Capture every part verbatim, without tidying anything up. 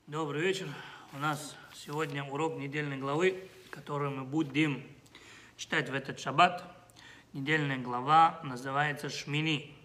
Добрый вечер. У нас сегодня урок недельной главы, которую мы будем читать в этот шаббат. Недельная глава называется Шмини.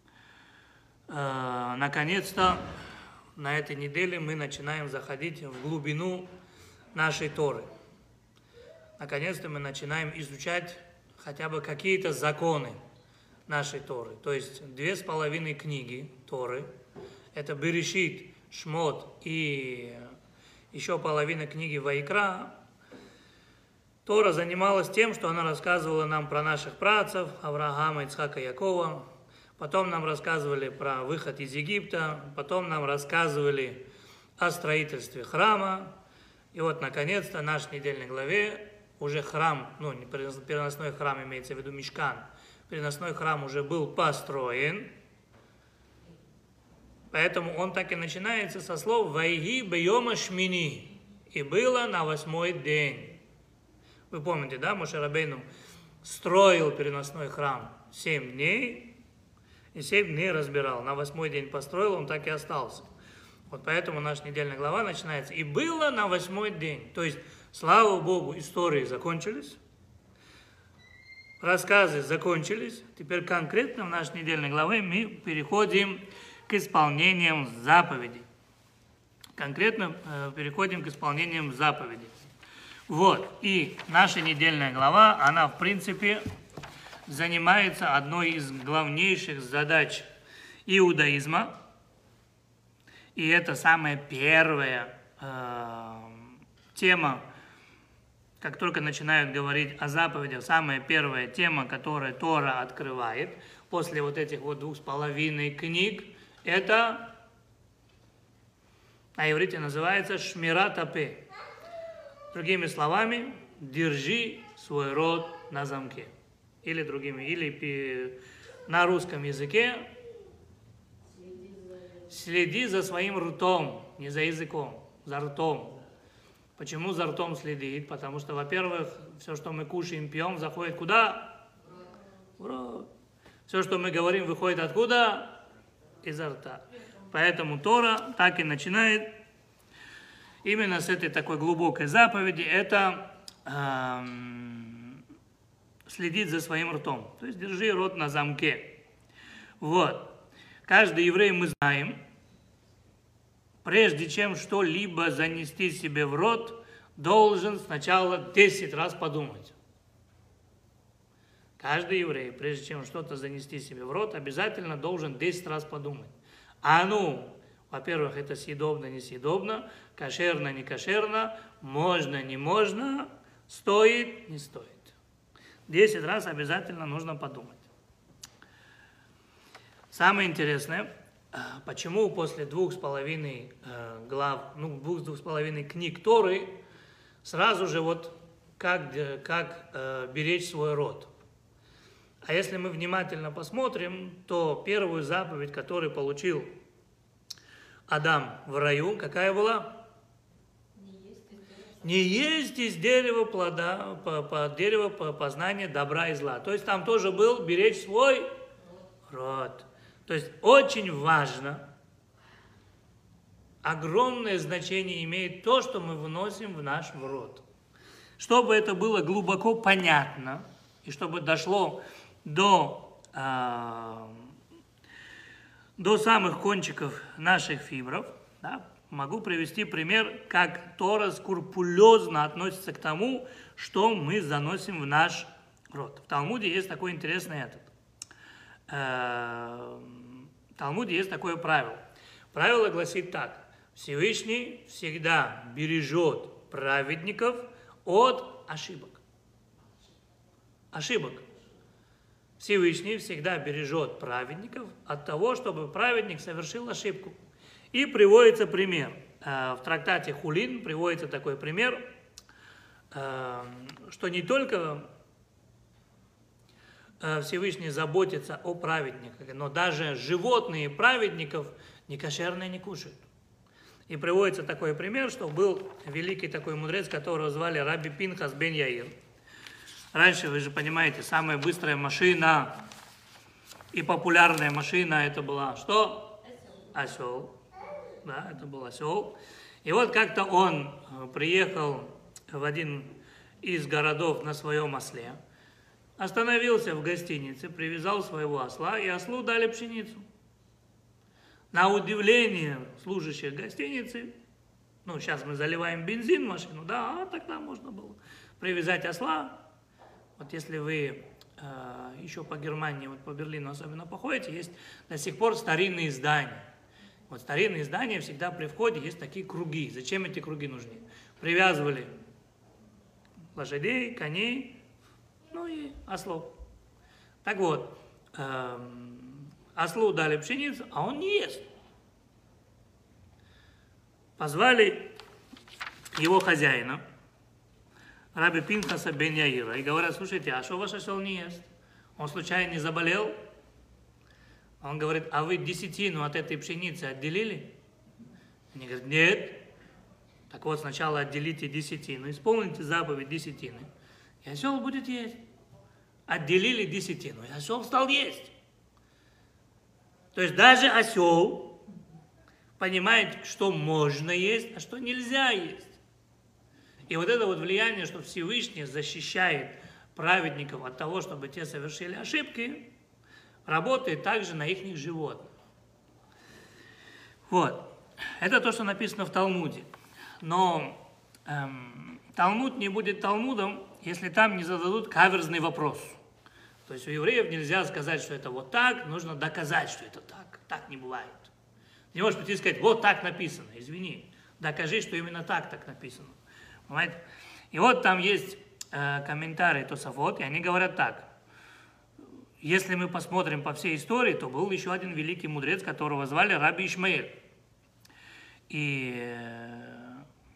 Э, наконец-то на этой неделе мы начинаем заходить в глубину нашей Торы. Наконец-то мы начинаем изучать хотя бы какие-то законы нашей Торы. То есть две с половиной книги Торы. Это Берешит, Шмот и еще половина книги Ваикра. Тора занималась тем, что она рассказывала нам про наших працев, Авраама, Ицхака, Якова. Потом нам рассказывали про выход из Египта. Потом нам рассказывали о строительстве храма. И вот, наконец-то, в нашей недельной главе уже храм, ну, не переносной храм, имеется в виду Мишкан, переносной храм уже был построен. Поэтому он так и начинается со слов «Вайги бейома шмини» и было на восьмой день. Вы помните, да, Моше Рабейну строил переносной храм семь дней и семь дней разбирал. На восьмой день построил, он так и остался. Вот поэтому наша недельная глава начинается «И было на восьмой день». То есть, слава Богу, истории закончились, рассказы закончились. Теперь конкретно в нашей недельной главе мы переходим к исполнениям заповедей. Конкретно э, переходим к исполнениям заповедей. Вот, и наша недельная глава, она в принципе занимается одной из главнейших задач иудаизма. И это самая первая э, тема, как только начинают говорить о заповедях, самая первая тема, которую Тора открывает после вот этих вот двух с половиной книг, это на иврите называется шмират апе. Другими словами, держи свой рот на замке. Или другими, или на русском языке следи за своим ртом, не за языком, за ртом. Почему за ртом следит? Потому что, во-первых, все, что мы кушаем, пьем, заходит куда? В рот. Все, что мы говорим, выходит откуда? Изо рта. Поэтому Тора так и начинает именно с этой такой глубокой заповеди, это эм, следить за своим ртом. То есть держи рот на замке. Вот. Каждый еврей, мы знаем, прежде чем что-либо занести себе в рот, должен сначала десять раз подумать. Каждый еврей, прежде чем что-то занести себе в рот, обязательно должен десять раз подумать. А ну, во-первых, это съедобно, не съедобно, кошерно, не кошерно, можно, не можно, стоит, не стоит. десять раз обязательно нужно подумать. Самое интересное, почему после двух с половиной глав, ну, двух, двух с половиной книг Торы, сразу же вот как, как э, беречь свой рот. А если мы внимательно посмотрим, то первую заповедь, которую получил Адам в раю, какая была? Не есть из дерева плода, по, по дерева по познания добра и зла. То есть там тоже был беречь свой рот. То есть очень важно, огромное значение имеет то, что мы вносим в наш рот. Чтобы это было глубоко понятно, и чтобы дошло до, э, до самых кончиков наших фибров, да, могу привести пример, как Тора скрупулезно относится к тому, что мы заносим в наш рот. В Талмуде есть такой интересный этот. Э, в Талмуде есть такое правило. Правило гласит так. Всевышний всегда бережет праведников от ошибок. Ошибок. Всевышний всегда бережет праведников от того, чтобы праведник совершил ошибку. И приводится пример. В трактате Хулин приводится такой пример, что не только Всевышний заботится о праведниках, но даже животные праведников некошерные не кушают. И приводится такой пример, что был великий такой мудрец, которого звали Раби Пинхас бен Яир. Раньше, вы же понимаете, самая быстрая машина и популярная машина это была что? Осел. да, это был осел. И вот как-то он приехал в один из городов на своем осле, остановился в гостинице, привязал своего осла, и ослу дали пшеницу. На удивление служащих гостиницы, ну, сейчас мы заливаем бензин в машину, да, а тогда можно было привязать осла. Вот если вы э, еще по Германии, вот по Берлину особенно походите, есть до сих пор старинные здания. Вот старинные здания всегда при входе есть такие круги. Зачем эти круги нужны? Привязывали лошадей, коней, ну и ослов. Так вот, эм, ослу дали пшеницу, а он не ест. Позвали его хозяина, раби Пинхаса бен Яира, и говорят: слушайте, а что ваш осел не ест? Он случайно не заболел? Он говорит: а вы десятину от этой пшеницы отделили? Они говорят: нет. Так вот, сначала отделите десятину, исполните заповедь десятины, и осел будет есть. Отделили десятину, и осел стал есть. То есть даже осел понимает, что можно есть, а что нельзя есть. И вот это вот влияние, что Всевышний защищает праведников от того, чтобы те совершили ошибки, работает также на их животных. Вот. Это то, что написано в Талмуде. Но эм, Талмуд не будет Талмудом, если там не зададут каверзный вопрос. То есть у евреев нельзя сказать, что это вот так, нужно доказать, что это так. Так не бывает. Не можешь прийти и сказать: вот так написано, извини. Докажи, что именно так так написано. Понимаете? И вот там есть э, комментарии Тосафот, и они говорят так. Если мы посмотрим по всей истории, то был еще один великий мудрец, которого звали Раби Ишмаэль. И э,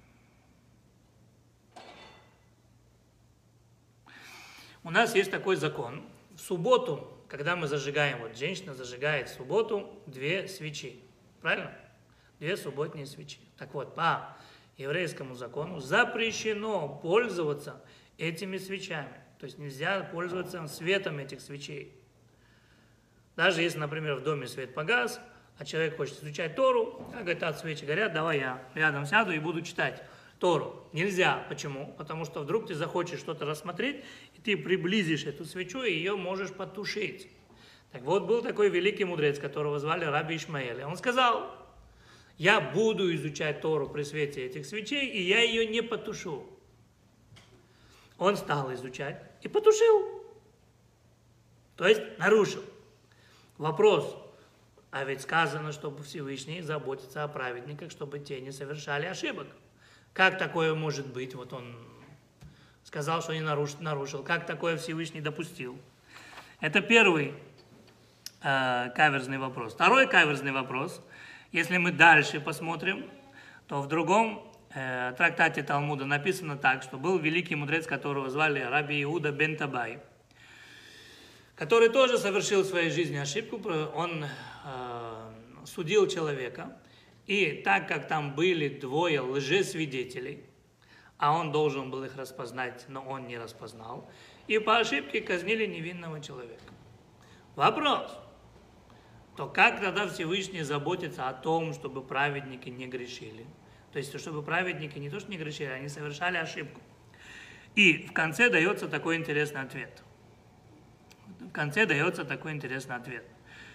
у нас есть такой закон. В субботу, когда мы зажигаем, вот женщина зажигает в субботу две свечи. Правильно? Две субботние свечи. Так вот, по еврейскому закону запрещено пользоваться этими свечами. То есть нельзя пользоваться светом этих свечей. Даже если, например, в доме свет погас, а человек хочет изучать Тору, а говорит: а свечи горят, давай я рядом сяду и буду читать Тору. Нельзя. Почему? Потому что вдруг ты захочешь что-то рассмотреть, и ты приблизишь эту свечу, и ее можешь потушить. Так вот, был такой великий мудрец, которого звали Раби Ишмаэль. И он сказал: я буду изучать Тору при свете этих свечей, и я ее не потушу. Он стал изучать и потушил. То есть нарушил. Вопрос: а ведь сказано, чтобы Всевышний заботится о праведниках, чтобы те не совершали ошибок. Как такое может быть? Вот он сказал, что не нарушил. нарушил. Как такое Всевышний допустил? Это первый э, каверзный вопрос. Второй каверзный вопрос. Если мы дальше посмотрим, то в другом э, трактате Талмуда написано так, что был великий мудрец, которого звали Раби Иуда бен Табай, который тоже совершил в своей жизни ошибку. Он э, судил человека, и так как там были двое лжесвидетелей, а он должен был их распознать, но он не распознал, и по ошибке казнили невинного человека. Вопрос: то как тогда Всевышний заботится о том, чтобы праведники не грешили? То есть, чтобы праведники не то что не грешили, они совершали ошибку. И в конце дается такой интересный ответ. В конце дается такой интересный ответ.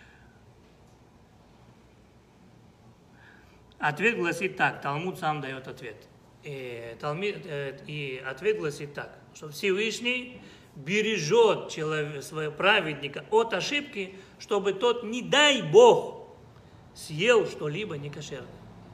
Ответ гласит так, Талмуд сам дает ответ. И, Талмид, и ответ гласит так, что Всевышний бережет человека, своего праведника от ошибки, чтобы тот, не дай Бог, съел что-либо некошерное.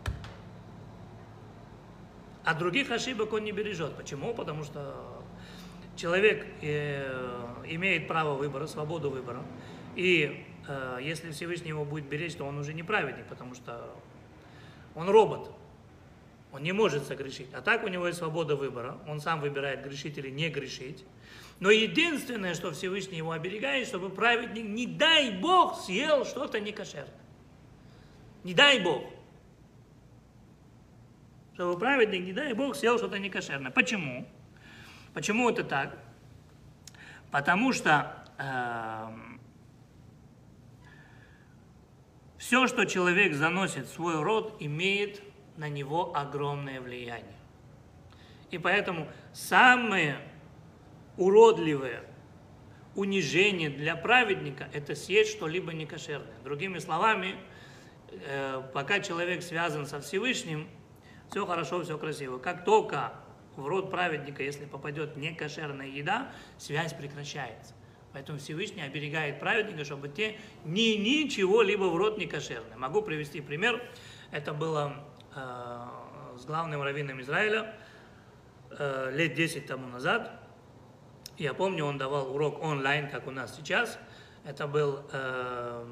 А других ошибок он не бережет. Почему? Потому что человек э, имеет право выбора, свободу выбора. И э, если Всевышний его будет беречь, то он уже не праведник, потому что он робот. Он не может согрешить. А так у него есть свобода выбора. Он сам выбирает, грешить или не грешить. Но единственное, что Всевышний его оберегает, чтобы праведник, не дай Бог, съел что-то некошерное. Не дай Бог. Чтобы праведник, не дай Бог, съел что-то некошерное. Почему? Почему это так? Потому что э, Все, что человек заносит в свой рот, имеет на него огромное влияние. И поэтому самое уродливое унижение для праведника – это съесть что-либо некошерное. Другими словами, пока человек связан со Всевышним, все хорошо, все красиво. Как только в рот праведника, если попадет некошерная еда, связь прекращается. Поэтому Всевышний оберегает праведника, чтобы те ни ничего-либо в рот не кошерное. Могу привести пример. Это было э, с главным раввином Израиля э, лет десять тому назад. Я помню, он давал урок онлайн, как у нас сейчас. Это был э,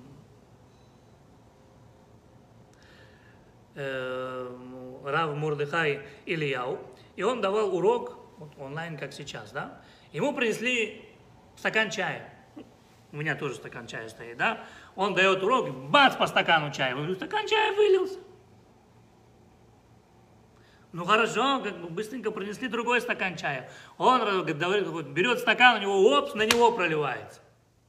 э, Рав Мордехай Ильяу. И он давал урок вот, онлайн, как сейчас. Да? Ему принесли стакан чая. У меня тоже стакан чая стоит, да? Он дает урок, бац, по стакану чая. Я говорю, стакан чая вылился. Ну хорошо, как бы быстренько принесли другой стакан чая. Он говорит, берет стакан, у него, опс, на него проливается.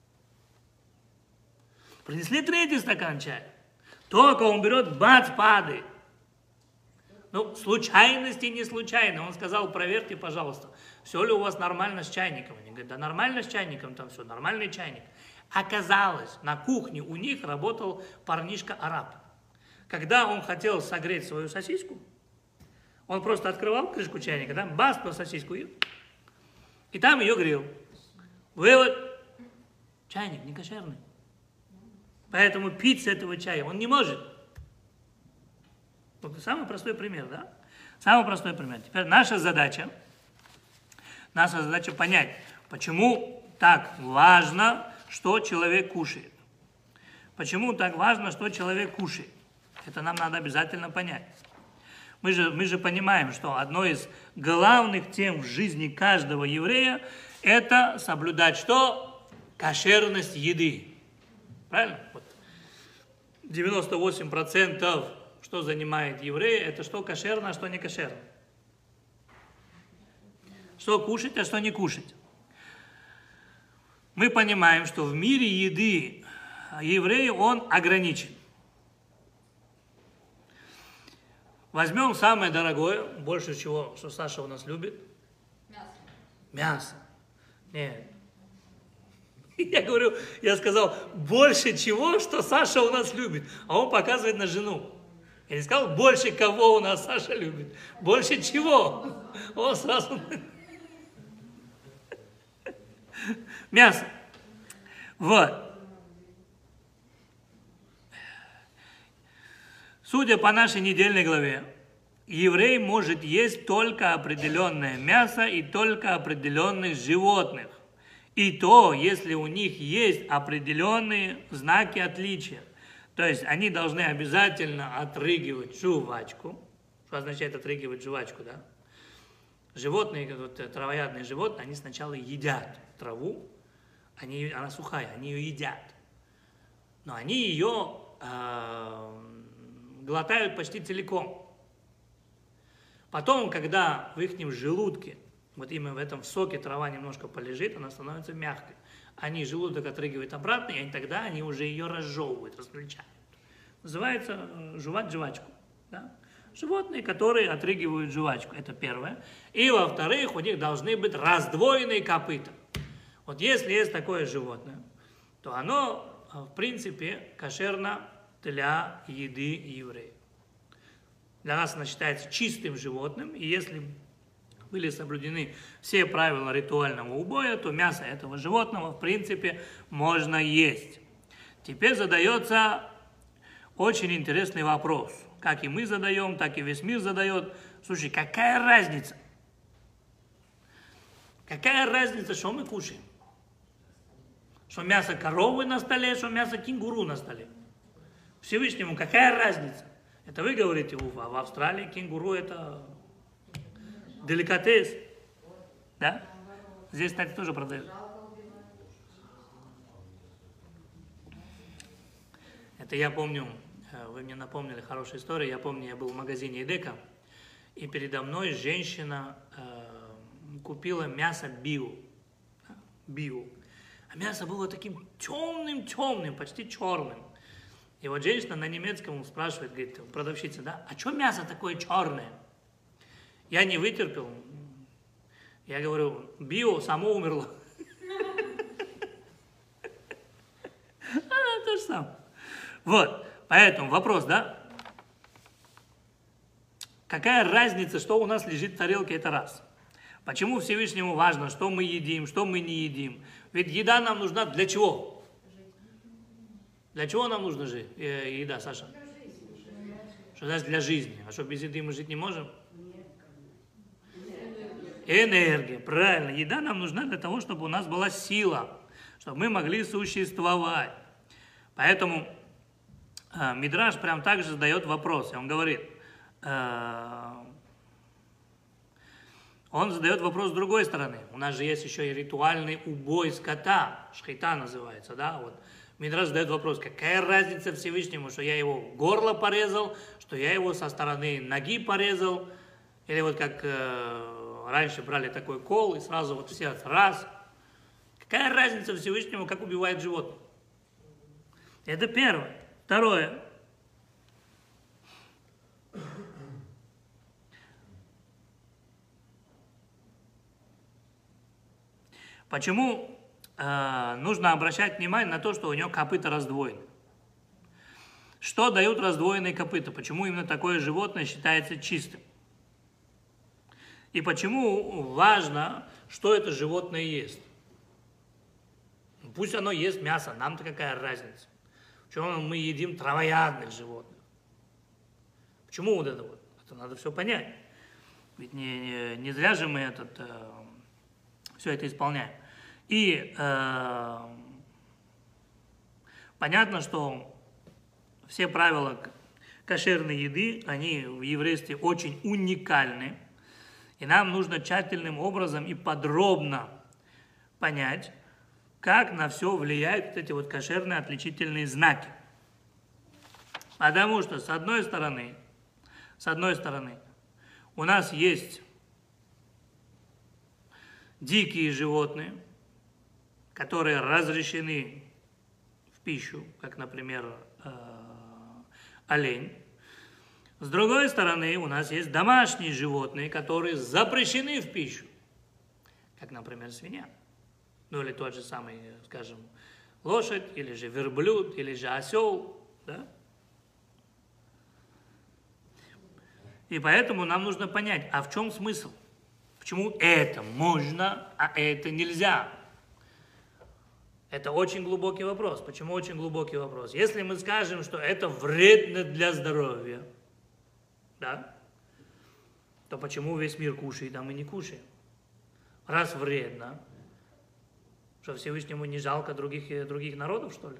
Принесли третий стакан чая. Только он берет, бац, падает. Ну, случайности не случайно. Он сказал, проверьте, пожалуйста, все ли у вас нормально с чайником. Они говорят, да нормально с чайником, там все, нормальный чайник. Оказалось, на кухне у них работал парнишка-араб. Когда он хотел согреть свою сосиску, он просто открывал крышку чайника, да, бас по сосиску, и, и там ее грел. Вывод, чайник не кошерный. Поэтому пить с этого чая он не может. Вот самый простой пример, да? Самый простой пример. Теперь наша задача, наша задача понять, почему так важно, что человек кушает. Почему так важно, что человек кушает? Это нам надо обязательно понять. Мы же, мы же понимаем, что одной из главных тем в жизни каждого еврея – это соблюдать что? Кошерность еды. Правильно? Вот. девяносто восемь процентов что занимает еврея, это что кошерно, а что не кошерно. Что кушать, а что не кушать. Мы понимаем, что в мире еды еврей, он ограничен. Возьмем самое дорогое, больше всего, что Саша у нас любит. Мясо. Мясо. Нет. Я говорю, я сказал, больше чего, что Саша у нас любит. А он показывает на жену. Я не сказал, больше кого у нас Саша любит. Больше чего? Он сразу... Мясо. Вот. Судя по нашей недельной главе, еврей может есть только определенное мясо и только определенных животных. И то, если у них есть определенные знаки отличия. То есть они должны обязательно отрыгивать жвачку. Что означает отрыгивать жвачку, да? Животные, вот, травоядные животные, они сначала едят траву, они, она сухая, они ее едят. Но они ее э, глотают почти целиком. Потом, когда в их желудке, вот именно в этом соке трава немножко полежит, она становится мягкой. Они желудок отрыгивают обратно, и тогда они уже ее разжевывают, разключают. Называется жевать жвачку. Да? Животные, которые отрыгивают жвачку, это первое. И во-вторых, у них должны быть раздвоенные копыта. Вот если есть такое животное, то оно, в принципе, кошерно для еды евреев. Для нас оно считается чистым животным, и если были соблюдены все правила ритуального убоя, то мясо этого животного, в принципе, можно есть. Теперь задается очень интересный вопрос. Как и мы задаем, так и весь мир задает. Слушай, какая разница? Какая разница, что мы кушаем? Что мясо коровы на столе, что мясо кенгуру на столе? Всевышнему какая разница? Это вы говорите, а в Австралии кенгуру это... деликатес, да? Здесь, кстати, тоже продают. Это я помню, вы мне напомнили хорошую историю, я помню, я был в магазине Эдека, и передо мной женщина э, купила мясо био, био. А мясо было таким темным-темным, почти черным. И вот женщина на немецком спрашивает, говорит, продавщица, да, а что мясо такое черное? Я не вытерпел. Я говорю, био само умерло. Она то же самое. Вот, поэтому вопрос, да? Какая разница, что у нас лежит в тарелке, это раз. Почему Всевышнему важно, что мы едим, что мы не едим? Ведь еда нам нужна для чего? Для чего нам нужна жи- э, еда, Саша? Что значит для жизни? А что, без еды мы жить не можем? Энергия, правильно. Еда нам нужна для того, чтобы у нас была сила, чтобы мы могли существовать. Поэтому э, Мидраш прям так же задает вопрос. И он говорит, э, он задает вопрос с другой стороны. У нас же есть еще и ритуальный убой скота, шхита называется, да, вот. Мидраш задает вопрос, какая разница Всевышнему, что я его горло порезал, что я его со стороны ноги порезал, или вот как э, раньше брали такой кол и сразу вот все раз. Какая разница Всевышнему, как убивает животное? Это первое. Второе. Почему э, нужно обращать внимание на то, что у него копыта раздвоены? Что дают раздвоенные копыта? Почему именно такое животное считается чистым? И почему важно, что это животное ест? Пусть оно ест мясо, нам-то какая разница? Почему мы едим травоядных животных? Почему вот это вот? Это надо все понять. Ведь не, не, не зря же мы этот, э, все это исполняем. И э, понятно, что все правила кошерной еды, они в еврействе очень уникальны. И нам нужно тщательным образом и подробно понять, как на все влияют вот эти вот кошерные отличительные знаки. Потому что, с одной стороны, с одной стороны, у нас есть дикие животные, которые разрешены в пищу, как, например, олень. С другой стороны, у нас есть домашние животные, которые запрещены в пищу, как, например, свинья. Ну, или тот же самый, скажем, лошадь, или же верблюд, или же осел, да? И поэтому нам нужно понять, а в чем смысл? Почему это можно, а это нельзя? Это очень глубокий вопрос. Почему очень глубокий вопрос? Если мы скажем, что это вредно для здоровья, да, то почему весь мир кушает, а мы не кушаем? Раз вредно, что Всевышнему не жалко других, других народов, что ли?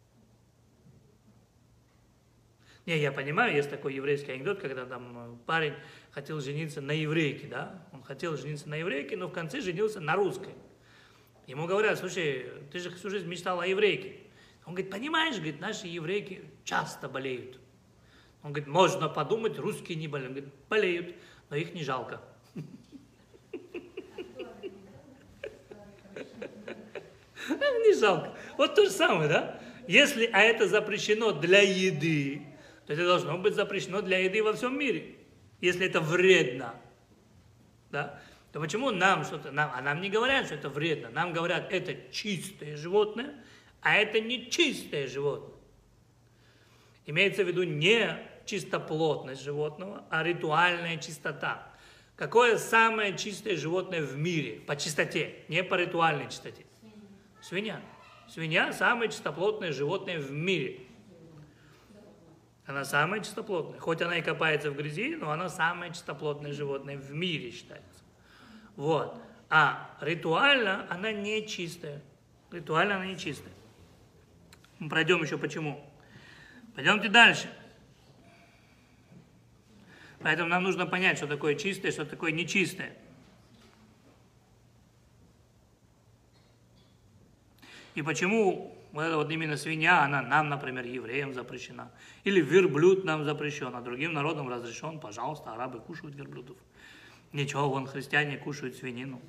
Не, я понимаю, есть такой еврейский анекдот, когда там парень хотел жениться на еврейке, да? Он хотел жениться на еврейке, но в конце женился на русской. Ему говорят, слушай, ты же всю жизнь мечтал о еврейке. Он говорит, понимаешь, говорит, наши еврейки часто болеют. Он говорит, можно подумать, русские не болеют. Он говорит, болеют, но их не жалко. Не жалко. Вот то же самое, да? Если а это запрещено для еды, то это должно быть запрещено для еды во всем мире. Если это вредно, да? То почему нам что-то, нам, а нам не говорят, что это вредно. Нам говорят, это чистое животное, а это не чистое животное. Имеется в виду не чистоплотность животного, а ритуальная чистота. Какое самое чистое животное в мире по чистоте, не по ритуальной чистоте? Свинья. Свинья самое чистоплотное животное в мире. Она самая чистоплотная. Хоть она и копается в грязи, но она самое чистоплотное животное в мире считается. Вот. А ритуально она не чистая. Ритуально она не чистая. Мы пройдем еще почему. Пойдемте дальше. Поэтому нам нужно понять, что такое чистое, что такое нечистое. И почему вот эта вот именно свинья, она нам, например, евреям запрещена. Или верблюд нам запрещен, а другим народам разрешен. Пожалуйста, арабы кушают верблюдов. Ничего, вон христиане кушают свинину.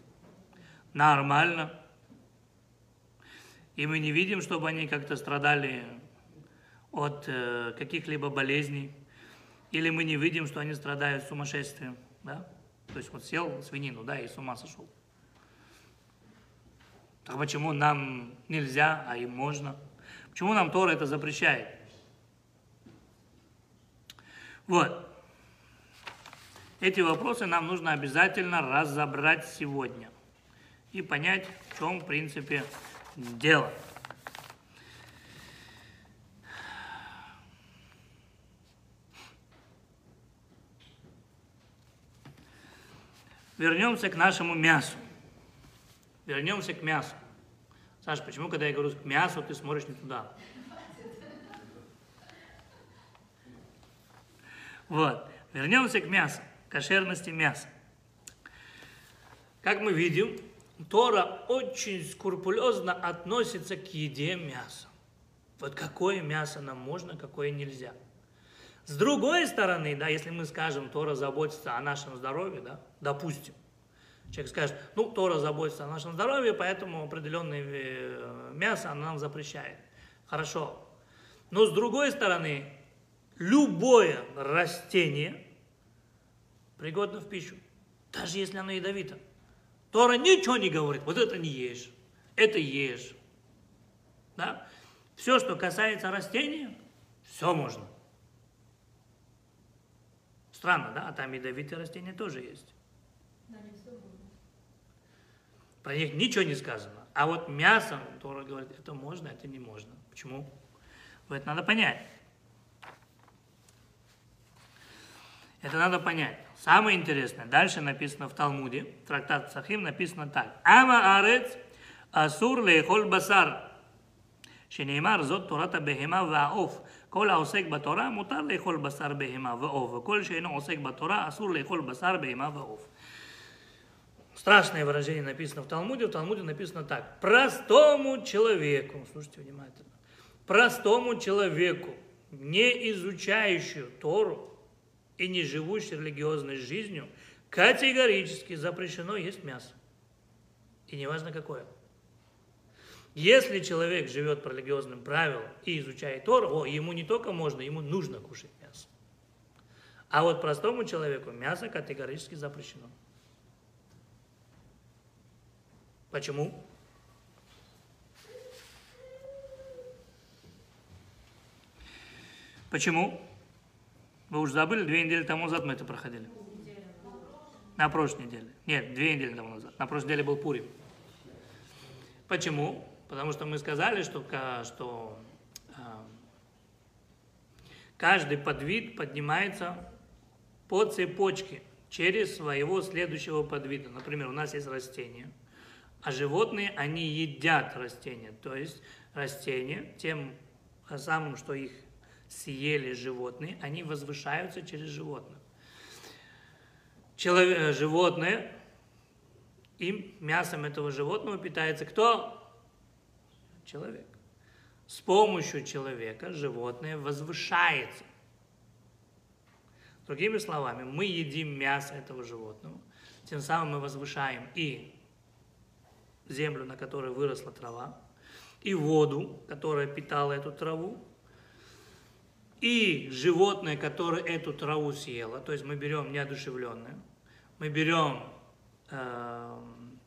Нормально. И мы не видим, чтобы они как-то страдали от э, каких-либо болезней, или мы не видим, что они страдают сумасшествием, да? То есть вот съел свинину, да, и с ума сошел. Так почему нам нельзя, а им можно? Почему нам Тора это запрещает? Вот. Эти вопросы нам нужно обязательно разобрать сегодня и понять, в чем, в принципе, дело. Вернемся к нашему мясу. Вернемся к мясу. Саша, почему, когда я говорю к мясу, ты смотришь не туда? Вот. Вернемся к мясу, к кошерности мяса. Как мы видим, Тора очень скрупулезно относится к еде мяса. Вот какое мясо нам можно, какое нельзя. С другой стороны, да, если мы скажем, Тора заботится о нашем здоровье, да, допустим, человек скажет, ну, Тора заботится о нашем здоровье, поэтому определенное мясо она нам запрещает. Хорошо. Но с другой стороны, любое растение пригодно в пищу, даже если оно ядовито. Тора ничего не говорит, вот это не ешь, это ешь. Да? Все, что касается растения, все можно. Странно, да? А там ядовитые растения тоже есть. Да, не все можно. Про них ничего не сказано. А вот мясо, Тора говорит, это можно, это не можно. Почему? Это надо понять. Это надо понять. Самое интересное, дальше написано в Талмуде, трактат Псахим, написано так. Ама арец асур лехоль басар. שנאמר זאת תורת הבהמה והעוף. כל העוסק בתורה מותר לאכול בשר בהמה ועוף, וכל שאינו עוסק בתורה אסור לאכול בשר בהמה ועוף. Страшное выражение написано в Талмуде. В Талмуде написано так. Простому человеку, слушайте внимательно, простому человеку, не изучающему Тору и не живущему религиозной жизнью, категорически запрещено есть мясо. И неважно какое. Если человек живет по религиозным правилам и изучает Тору, о, ему не только можно, ему нужно кушать мясо. А вот простому человеку мясо категорически запрещено. Почему? Почему? Вы уже забыли, две недели тому назад мы это проходили. На прошлой неделе. Нет, две недели тому назад. На прошлой неделе был Пурим. Почему? Потому что мы сказали, что, что э, каждый подвид поднимается по цепочке через своего следующего подвида. Например, у нас есть растения, а животные, они едят растения. То есть растения, тем самым, что их съели животные, они возвышаются через животных. Человек, животное, им мясом этого животного питается кто? Человек. С помощью человека животное возвышается. Другими словами, мы едим мясо этого животного, тем самым мы возвышаем и землю, на которой выросла трава, и воду, которая питала эту траву, и животное, которое эту траву съело. То есть мы берем неодушевленное, мы берем, э,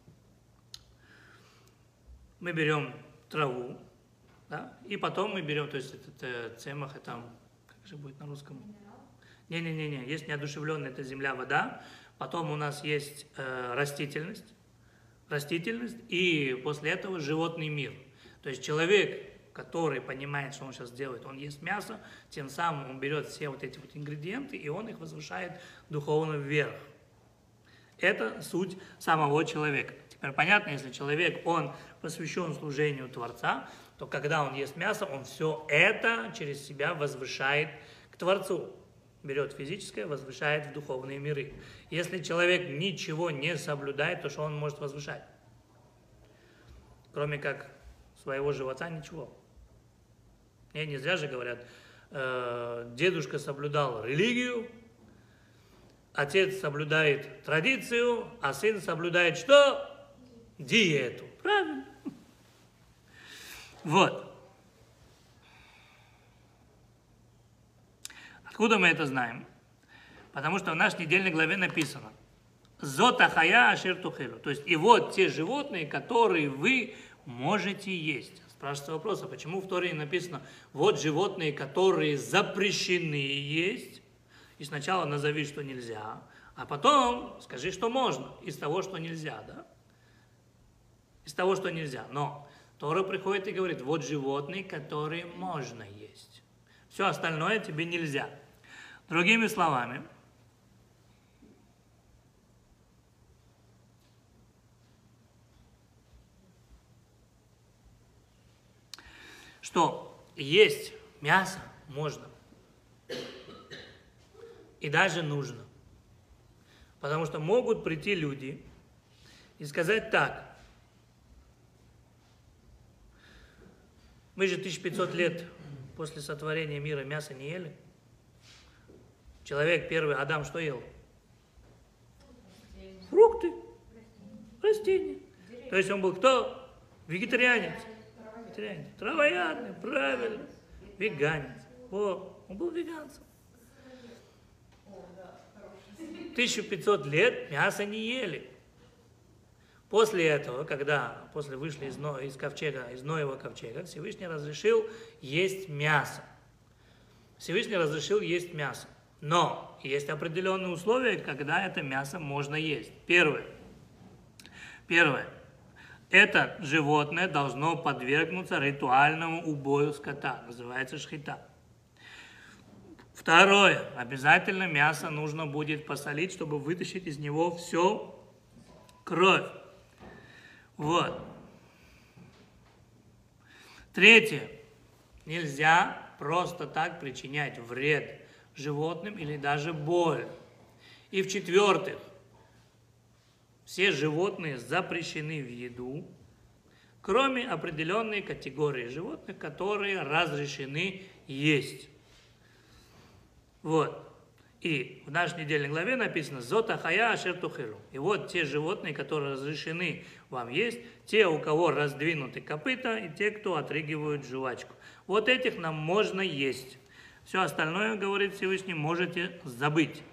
мы берем траву, да, и потом мы берем, то есть это цемах, это, как же будет на русском? Не-не-не, есть неодушевленная, это земля, вода, потом у нас есть э, растительность, растительность, и после этого животный мир. То есть человек, который понимает, что он сейчас делает, он ест мясо, тем самым он берет все вот эти вот ингредиенты, и он их возвышает духовно вверх. Это суть самого человека. Теперь понятно, если человек, он посвящен служению Творца, то когда он ест мясо, он все это через себя возвышает к Творцу. Берет физическое, возвышает в духовные миры. Если человек ничего не соблюдает, то что он может возвышать? Кроме как своего живота ничего. Не, не зря же говорят, э, дедушка соблюдал религию, отец соблюдает традицию, а сын соблюдает что? Диету. Правильно. Вот. Откуда мы это знаем? Потому что в нашей недельной главе написано «Зотахая ашер тухелу». То есть, и вот те животные, которые вы можете есть. Спрашивается вопрос, а почему в Торе написано «Вот животные, которые запрещены есть». И сначала назови, что нельзя, а потом скажи, что можно, из того, что нельзя, да? Из того, что нельзя. Но Тора приходит и говорит, вот животные, которые можно есть. Все остальное тебе нельзя. Другими словами, что есть мясо можно. И даже нужно. Потому что могут прийти люди и сказать так. Мы же тысяча пятьсот лет после сотворения мира мясо не ели. Человек первый, Адам, что ел? Фрукты, растения. То есть он был кто? Вегетарианец. Вегетарианец. Травоядный, правильно. Веганец. О, он был веганцем. тысяча пятьсот лет мясо не ели. После этого, когда после вышли из, Но, из ковчега, из Ноева ковчега, Всевышний разрешил есть мясо. Всевышний разрешил есть мясо. Но есть определенные условия, когда это мясо можно есть. Первое. Первое. Это животное должно подвергнуться ритуальному убою скота. Называется шхита. Второе. Обязательно мясо нужно будет посолить, чтобы вытащить из него всю кровь. Вот. Третье. Нельзя просто так причинять вред животным или даже боль. И в-четвертых, все животные запрещены в еду, кроме определенной категории животных, которые разрешены есть. Вот. И в нашей недельной главе написано «Зотахая ашер тухелу». И вот те животные, которые разрешены вам есть, те, у кого раздвинуты копыта, и те, кто отрыгивают жвачку. Вот этих нам можно есть. Все остальное, говорит Всевышний, можете забыть.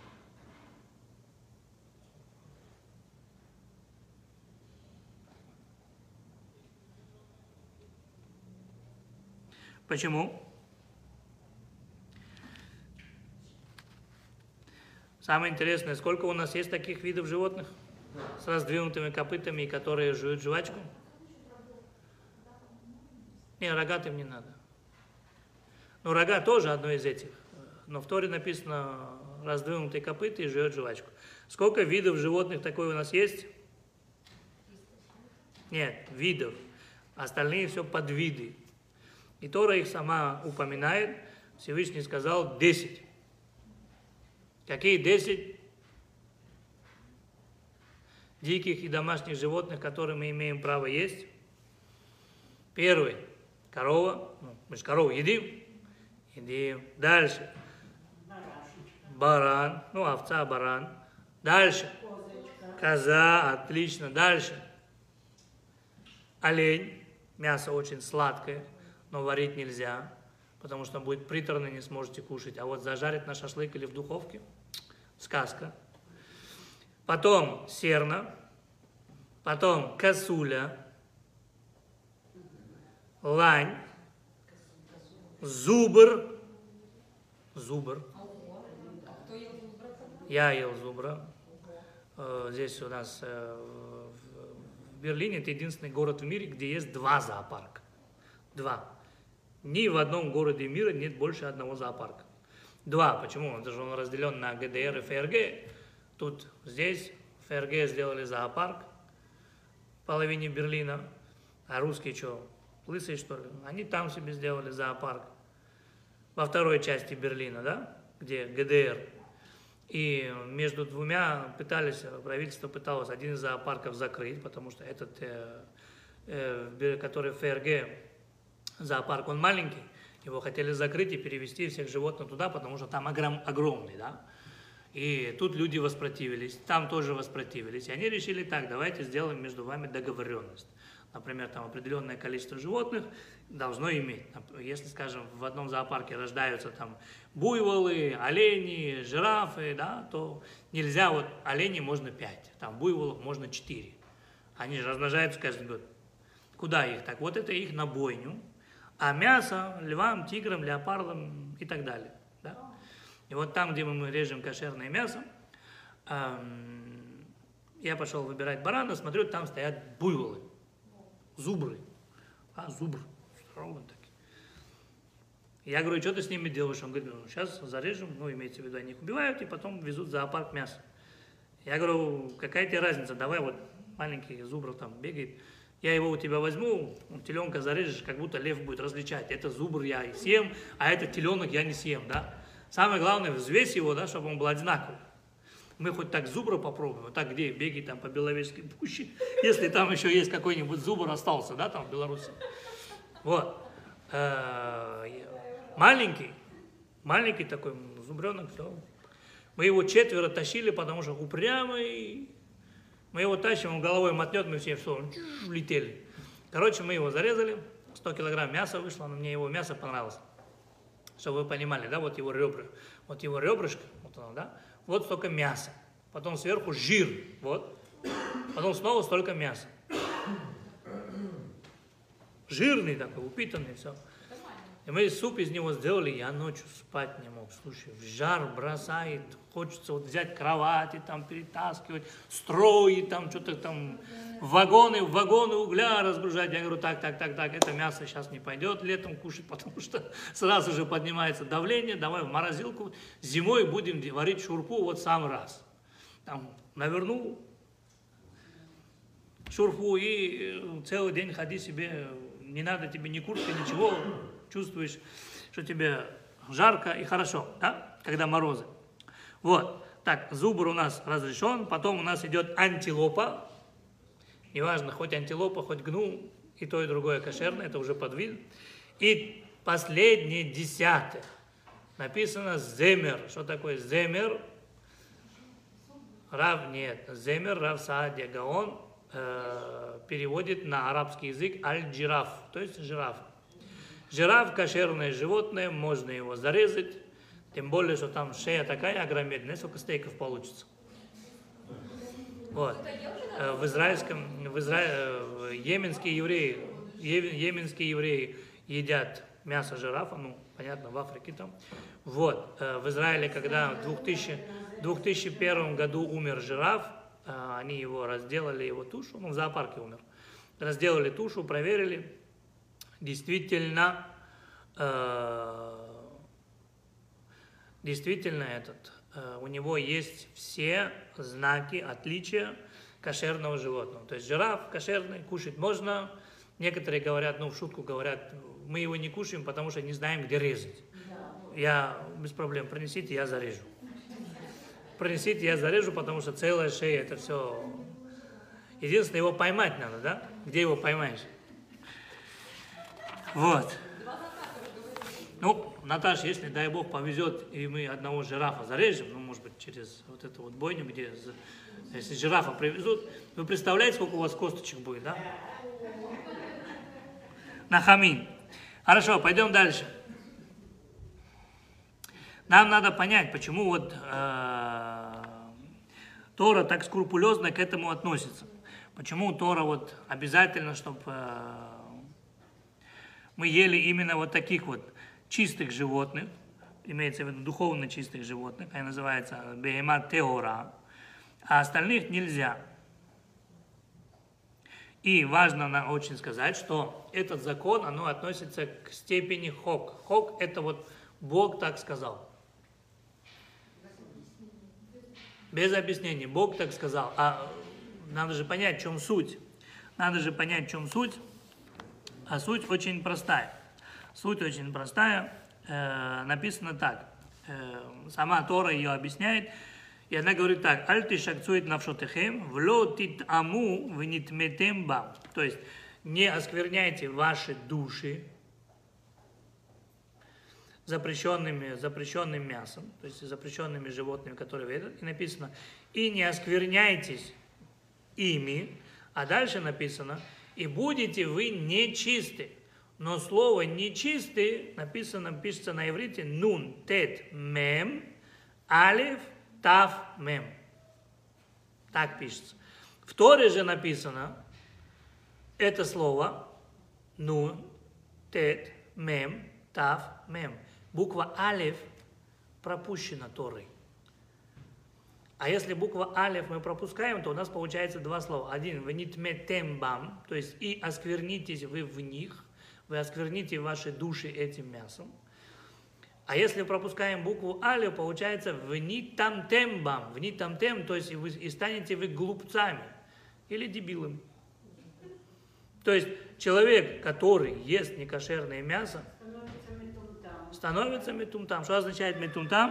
Почему? Самое интересное, сколько у нас есть таких видов животных с раздвинутыми копытами, которые жуют жвачку? Не, рогатым не надо. Ну, рога тоже одно из этих. Но в Торе написано раздвинутые копыта и жует жвачку. Сколько видов животных такое у нас есть? Нет, видов. Остальные все подвиды. И Тора их сама упоминает. Всевышний сказал десять. Какие десять диких и домашних животных, которые мы имеем право есть? Первый. Корова. Ну, мы же корову едим. Едим. Дальше. Баран. Ну, овца, баран. Дальше. Коза. Отлично. Дальше. Олень. Мясо очень сладкое, но варить нельзя, потому что будет приторно, не сможете кушать. А вот зажарить на шашлык или в духовке – сказка. Потом серна. Потом косуля. Лань. Зубр. Зубр. Я ел зубра. Здесь у нас в Берлине это единственный город в мире, где есть два зоопарка. Два. Ни в одном городе мира нет больше одного зоопарка. Два. Почему? Это же он разделен на ГДР и ФРГ. Тут, здесь, в ФРГ сделали зоопарк в половине Берлина. А русские что, лысые что ли? Они там себе сделали зоопарк. Во второй части Берлина, да? Где ГДР. И между двумя пытались, правительство пыталось один из зоопарков закрыть, потому что этот, э, э, который в ФРГ, зоопарк, он маленький, его хотели закрыть и перевести всех животных туда, потому что там огром, огромный, да. И тут люди воспротивились, там тоже воспротивились. И они решили так, давайте сделаем между вами договоренность. например, там определенное количество животных должно иметь. Если, скажем, в одном зоопарке рождаются там буйволы, олени, жирафы, да, то нельзя, вот оленей можно пять, там буйволов можно четыре. Они же размножаются каждый год. Куда их? Так вот это их на бойню, а мясо львам, тиграм, леопардам и так далее. Да? И вот там, где мы режем кошерное мясо, эм, я пошел выбирать барана, смотрю, там стоят буйволы, зубры. А, зубр, здоровый такие. Я говорю, что ты с ними делаешь? Он говорит, ну, сейчас зарежем, ну, имеется в виду, они их убивают, и потом везут в зоопарк мясо. Я говорю, какая тебе разница, давай вот маленький зубр там бегает, я его у тебя возьму, теленка зарежешь, как будто лев будет различать, это зубр я и съем, а это теленок я не съем, да. Самое главное, взвесь его, да, чтобы он был одинаковый. Мы хоть так зубра попробуем, вот так где бегай там по Беловежской пуще, если там еще есть какой-нибудь зубр остался, да, там в Беларуси. Вот. Маленький, маленький такой зубренок, все. Мы его четверо тащили, потому что упрямый. Мы его тащим, он головой мотнет, мы все что, улетели. Короче, мы его зарезали, сто килограмм мяса вышло, но мне его мясо понравилось. Чтобы вы понимали, да, вот его ребра, вот его ребрышко, вот оно, да, вот столько мяса. Потом сверху жир, вот. Потом снова столько мяса. Жирный такой, упитанный, все. И мы суп из него сделали, я ночью спать не мог. Слушай, в жар бросает, хочется вот взять кровати, там перетаскивать, строить, там что-то там, вагоны, вагоны угля разгружать. Я говорю, так, так, так, так, это мясо сейчас не пойдет летом кушать, потому что сразу же поднимается давление, давай в морозилку, зимой будем варить шурпу вот сам раз. Там навернул шурпу и целый день ходи себе, не надо тебе ни куртки, ничего, чувствуешь, что тебе жарко и хорошо, да, когда морозы. Вот, так, зубр у нас разрешен, потом у нас идет антилопа, неважно, хоть антилопа, хоть гну, и то, и другое кошерное, это уже подвид. И последнее, десятое, написано земер. Что такое земер? Рав, нет, земер, Рав Саадия Гаон э, переводит на арабский язык аль-джираф, то есть жираф. Жираф – кошерное животное, можно его зарезать, тем более, что там шея такая огромная, сколько стейков получится. Вот. В израильском, в изра... йеменские евреи, йеменские евреи едят мясо жирафа, ну, понятно, в Африке там. Вот. В Израиле, когда в две тысячи первом году умер жираф, они его разделали, его тушу, ну, в зоопарке умер. Разделали тушу, проверили. Действительно, э, действительно этот, э, у него есть все знаки отличия кошерного животного. То есть жираф кошерный, кушать можно. Некоторые говорят, ну в шутку говорят, мы его не кушаем, потому что не знаем, где резать. Я без проблем, принесите, я зарежу. Принесите, я зарежу, потому что целая шея, это все. Единственное, его поймать надо, да? Где его поймаешь? Вот. Ну, Наташа, если, дай Бог, повезет, и мы одного жирафа зарежем, ну, может быть, через вот эту вот бойню, где, если жирафа привезут, вы представляете, сколько у вас косточек будет, да? На хамин. Хорошо, пойдем дальше. Нам надо понять, почему вот э, Тора так скрупулезно к этому относится. Почему Тора вот обязательно, чтобы э, мы ели именно вот таких вот чистых животных, имеется в виду духовно чистых животных, они называются бехемат теора, а остальных нельзя. И важно нам очень сказать, что этот закон, оно относится к степени хок. Хок – это вот Бог так сказал. Без объяснений. Бог так сказал. А надо же понять, в чем суть. Надо же понять, в чем суть. А суть очень простая. Суть очень простая. Э, написано так. Э, сама Тора ее объясняет. И она говорит так. Аль тишакцует навшотехем, вло тит аму венитметем бам. То есть, не оскверняйте ваши души запрещенными, запрещенным мясом, то есть запрещенными животными, которые едят. И написано, и не оскверняйтесь ими. А дальше написано, и будете вы нечисты. Но слово нечистый написано, пишется на иврите нун, тет, мем, алиф, тав, мем. Так пишется. В Торе же написано это слово нун, тет, мем, тав, мем. Буква алиф пропущена Торой. А если буква алиф мы пропускаем, то у нас получается два слова. Один, венитметембам, то есть и осквернитесь вы в них, вы оскверните ваши души этим мясом. А если пропускаем букву алиф, получается внитамтембам, внитамтем, то есть и, вы, и станете вы глупцами или дебилами. То есть человек, который ест некошерное мясо, становится метумтам. Становится метумтам. Что означает метумтам?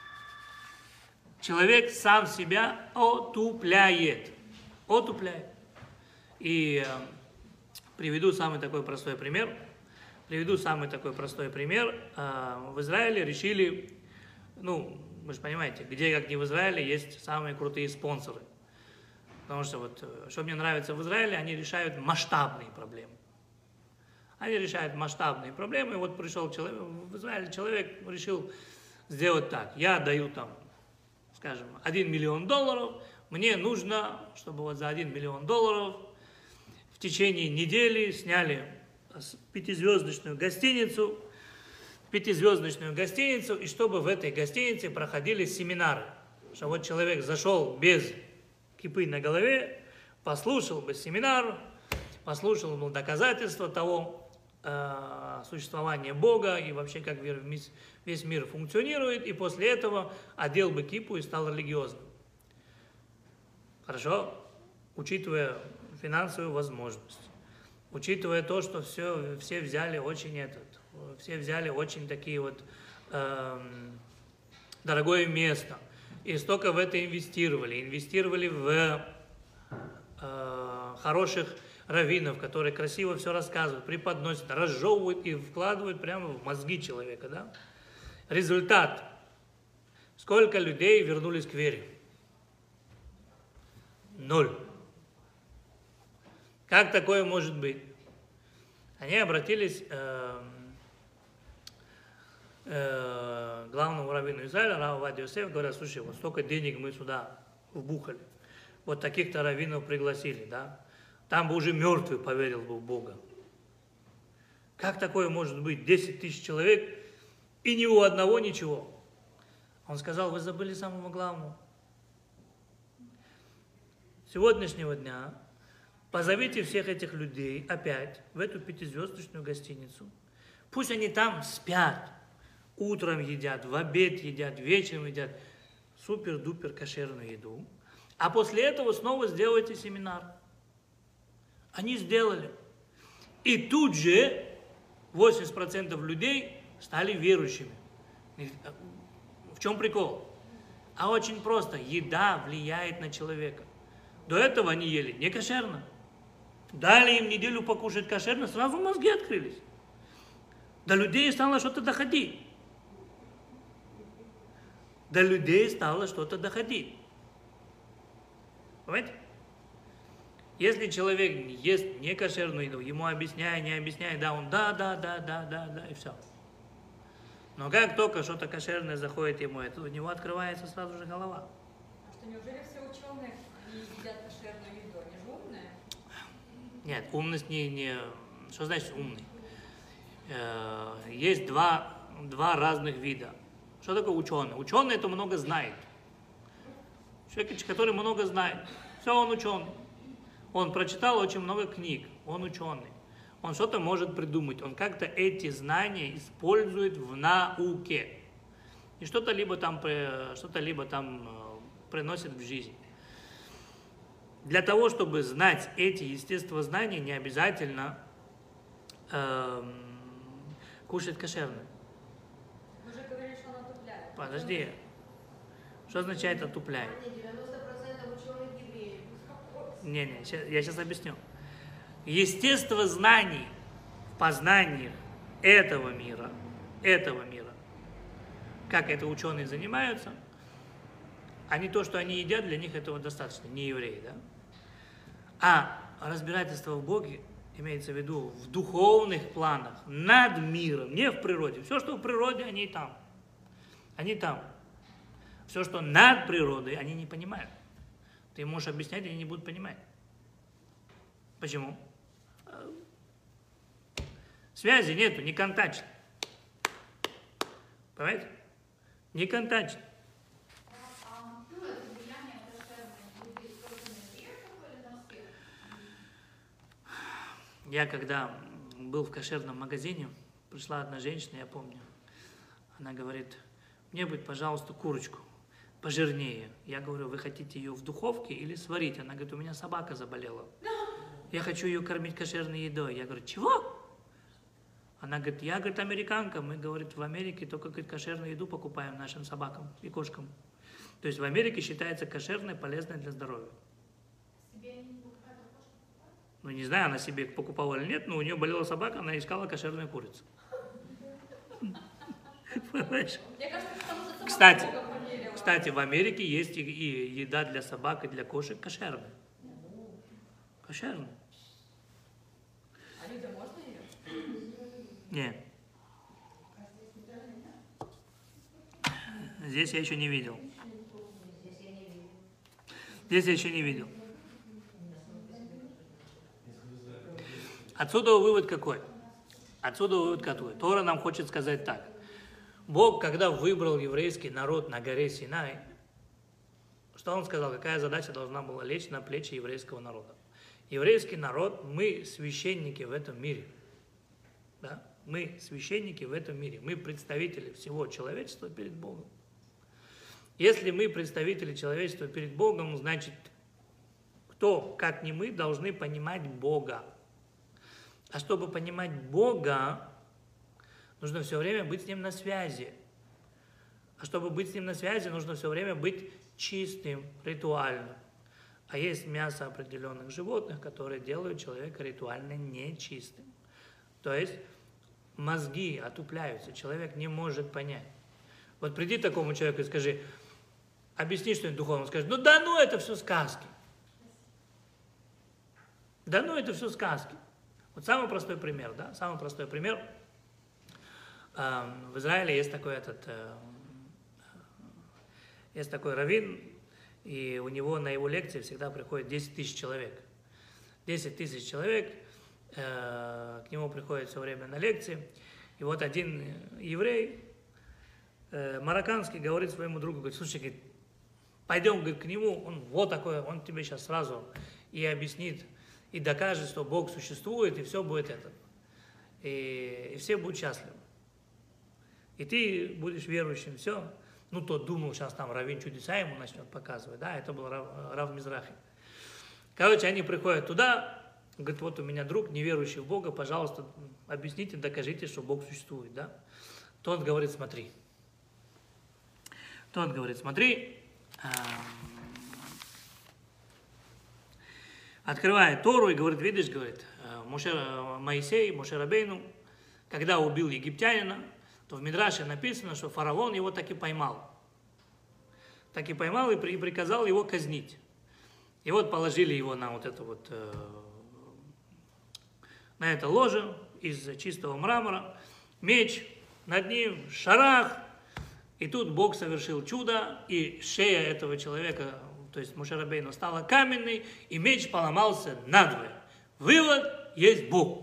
Человек сам себя отупляет. Отупляет. И э, приведу самый такой простой пример. Приведу самый такой простой пример. Э, в Израиле решили, ну, вы же понимаете, где, как не в Израиле, есть самые крутые спонсоры. Потому что вот, что мне нравится в Израиле, они решают масштабные проблемы. Они решают масштабные проблемы. И вот пришел человек, в Израиле человек решил сделать так. Я даю там, скажем, один миллион долларов, мне нужно, чтобы вот за один миллион долларов в течение недели сняли пятизвездочную гостиницу, пятизвездочную гостиницу, и чтобы в этой гостинице проходили семинары. Что вот человек зашел без кипы на голове, послушал бы семинар, послушал бы доказательства того э, существования Бога и вообще как весь мир функционирует, и после этого одел бы кипу и стал религиозным. Хорошо? Учитывая финансовую возможность, учитывая то, что все, все взяли очень этот, все взяли очень такие вот э, дорогое место, и столько в это инвестировали, инвестировали в э, хороших раввинов, которые красиво все рассказывают, преподносят, разжевывают и вкладывают прямо в мозги человека, да? Результат. Сколько людей вернулись к вере? Ноль. Как такое может быть? Они обратились э, э, к главному раввину Израиля, Раву Овадия Йосеф, говорят: слушай, вот столько денег мы сюда вбухали, вот таких-то раввинов пригласили, да? Там бы уже мертвый поверил бы в Бога. Как такое может быть? десять тысяч человек, и ни у одного ничего. Он сказал: вы забыли самого главного. С сегодняшнего дня позовите всех этих людей опять в эту пятизвездочную гостиницу. Пусть они там спят, утром едят, в обед едят, вечером едят супер-дупер кошерную еду. А после этого снова сделайте семинар. Они сделали. И тут же восемьдесят процентов людей стали верующими. В чем прикол? А очень просто. Еда влияет на человека. До этого они ели не кошерно. Дали им неделю покушать кошерно, сразу мозги открылись. До людей стало что-то доходить. До людей стало что-то доходить. Понимаете? Если человек ест некошерную еду, ему объясняя, не объясняя, да, он да, да, да, да, да, да, и все. Но как только что-то кошерное заходит ему, это у него открывается сразу же голова. А что, неужели все ученые не едят кошерную еду? Они же умные? Нет, умность не... не... Что значит умный? Есть два, два разных вида. Что такое ученый? Ученый это много знает. Человек, который много знает. Все, он ученый. Он прочитал очень много книг. Он ученый. Он что-то может придумать. Он как-то эти знания использует в науке. И что-то либо там, что-то либо там приносит в жизнь. Для того, чтобы знать эти естествознания, не обязательно эм, кушать кошерно. Вы же говорили, что он отупляет. Подожди. Что означает отупляет? девяносто процентов ученых евреев. Не, не, я сейчас объясню. Естествознаний в познании этого мира, этого мира, как это ученые занимаются, они то, что они едят, для них этого достаточно, не евреи, да? А разбирательство в Боге имеется в виду в духовных планах, над миром, не в природе. Все, что в природе, они там. Они там. Все, что над природой, они не понимают. Ты им можешь объяснять, они не будут понимать. Почему? Связи нету, не контачно. Понимаете? Не контачно. Я когда был в кошерном магазине, пришла одна женщина, я помню, она говорит, мне бы, пожалуйста, курочку пожирнее. Я говорю, вы хотите ее в духовке или сварить? Она говорит, у меня собака заболела. Я хочу ее кормить кошерной едой. Я говорю, чего? Она говорит, я, говорит, американка, мы, говорит, в Америке только, говорит, кошерную еду покупаем нашим собакам и кошкам. То есть в Америке считается кошерной, полезной для здоровья. Ну, не знаю, она себе покупала или нет, но у нее болела собака, она искала кошерную курицу. Кстати, кстати, в Америке есть и еда для собак, и для кошек кошерная. Кошерная. А людям можно ее? Нет. Здесь я еще не видел. Здесь я еще не видел. Отсюда вывод какой? Отсюда вывод какой? Тора нам хочет сказать так. Бог, когда выбрал еврейский народ на горе Синай, что Он сказал? Какая задача должна была лечь на плечи еврейского народа? Еврейский народ, мы священники в этом мире. Да? Мы священники в этом мире. Мы представители всего человечества перед Богом. Если мы представители человечества перед Богом, значит, кто, как не мы, должны понимать Бога. А чтобы понимать Бога, нужно все время быть с Ним на связи. А чтобы быть с Ним на связи, нужно все время быть чистым, ритуальным. А есть мясо определенных животных, которые делают человека ритуально нечистым. То есть мозги отупляются, человек не может понять. Вот приди такому человеку и скажи, объясни что-нибудь духовно, он скажет, ну да ну это все сказки. Да ну это все сказки. Вот самый простой пример, да, самый простой пример. В Израиле есть такой этот, есть такой раввин, и у него на его лекции всегда приходит десять тысяч человек. десять тысяч человек к нему приходит все время на лекции. И вот один еврей, марокканский, говорит своему другу, говорит, слушай, говорит, пойдем, говорит, к нему, он вот такой, он тебе сейчас сразу и объяснит, и докажет, что Бог существует, и все будет это. И, и все будут счастливы. И ты будешь верующим, все. Ну, тот думал, сейчас там раввин чудеса ему начнет показывать, да, это был Рав, Рав Мизрахи. Короче, они приходят туда, говорят, вот у меня друг, неверующий в Бога, пожалуйста, объясните, докажите, что Бог существует, да. Тот говорит, смотри. Тот говорит, смотри, открывает Тору и говорит, видишь, говорит, Моше, Моисей, Моше Рабейну, когда убил египтянина, то в Мидраше написано, что фараон его таки поймал. Так и поймал и приказал его казнить. И вот положили его на вот это вот, на это ложе из чистого мрамора, меч над ним, шарах, и тут Бог совершил чудо, и шея этого человека, то есть Моше Рабейну, стала каменной, и меч поломался надвое. Вывод, есть Бог.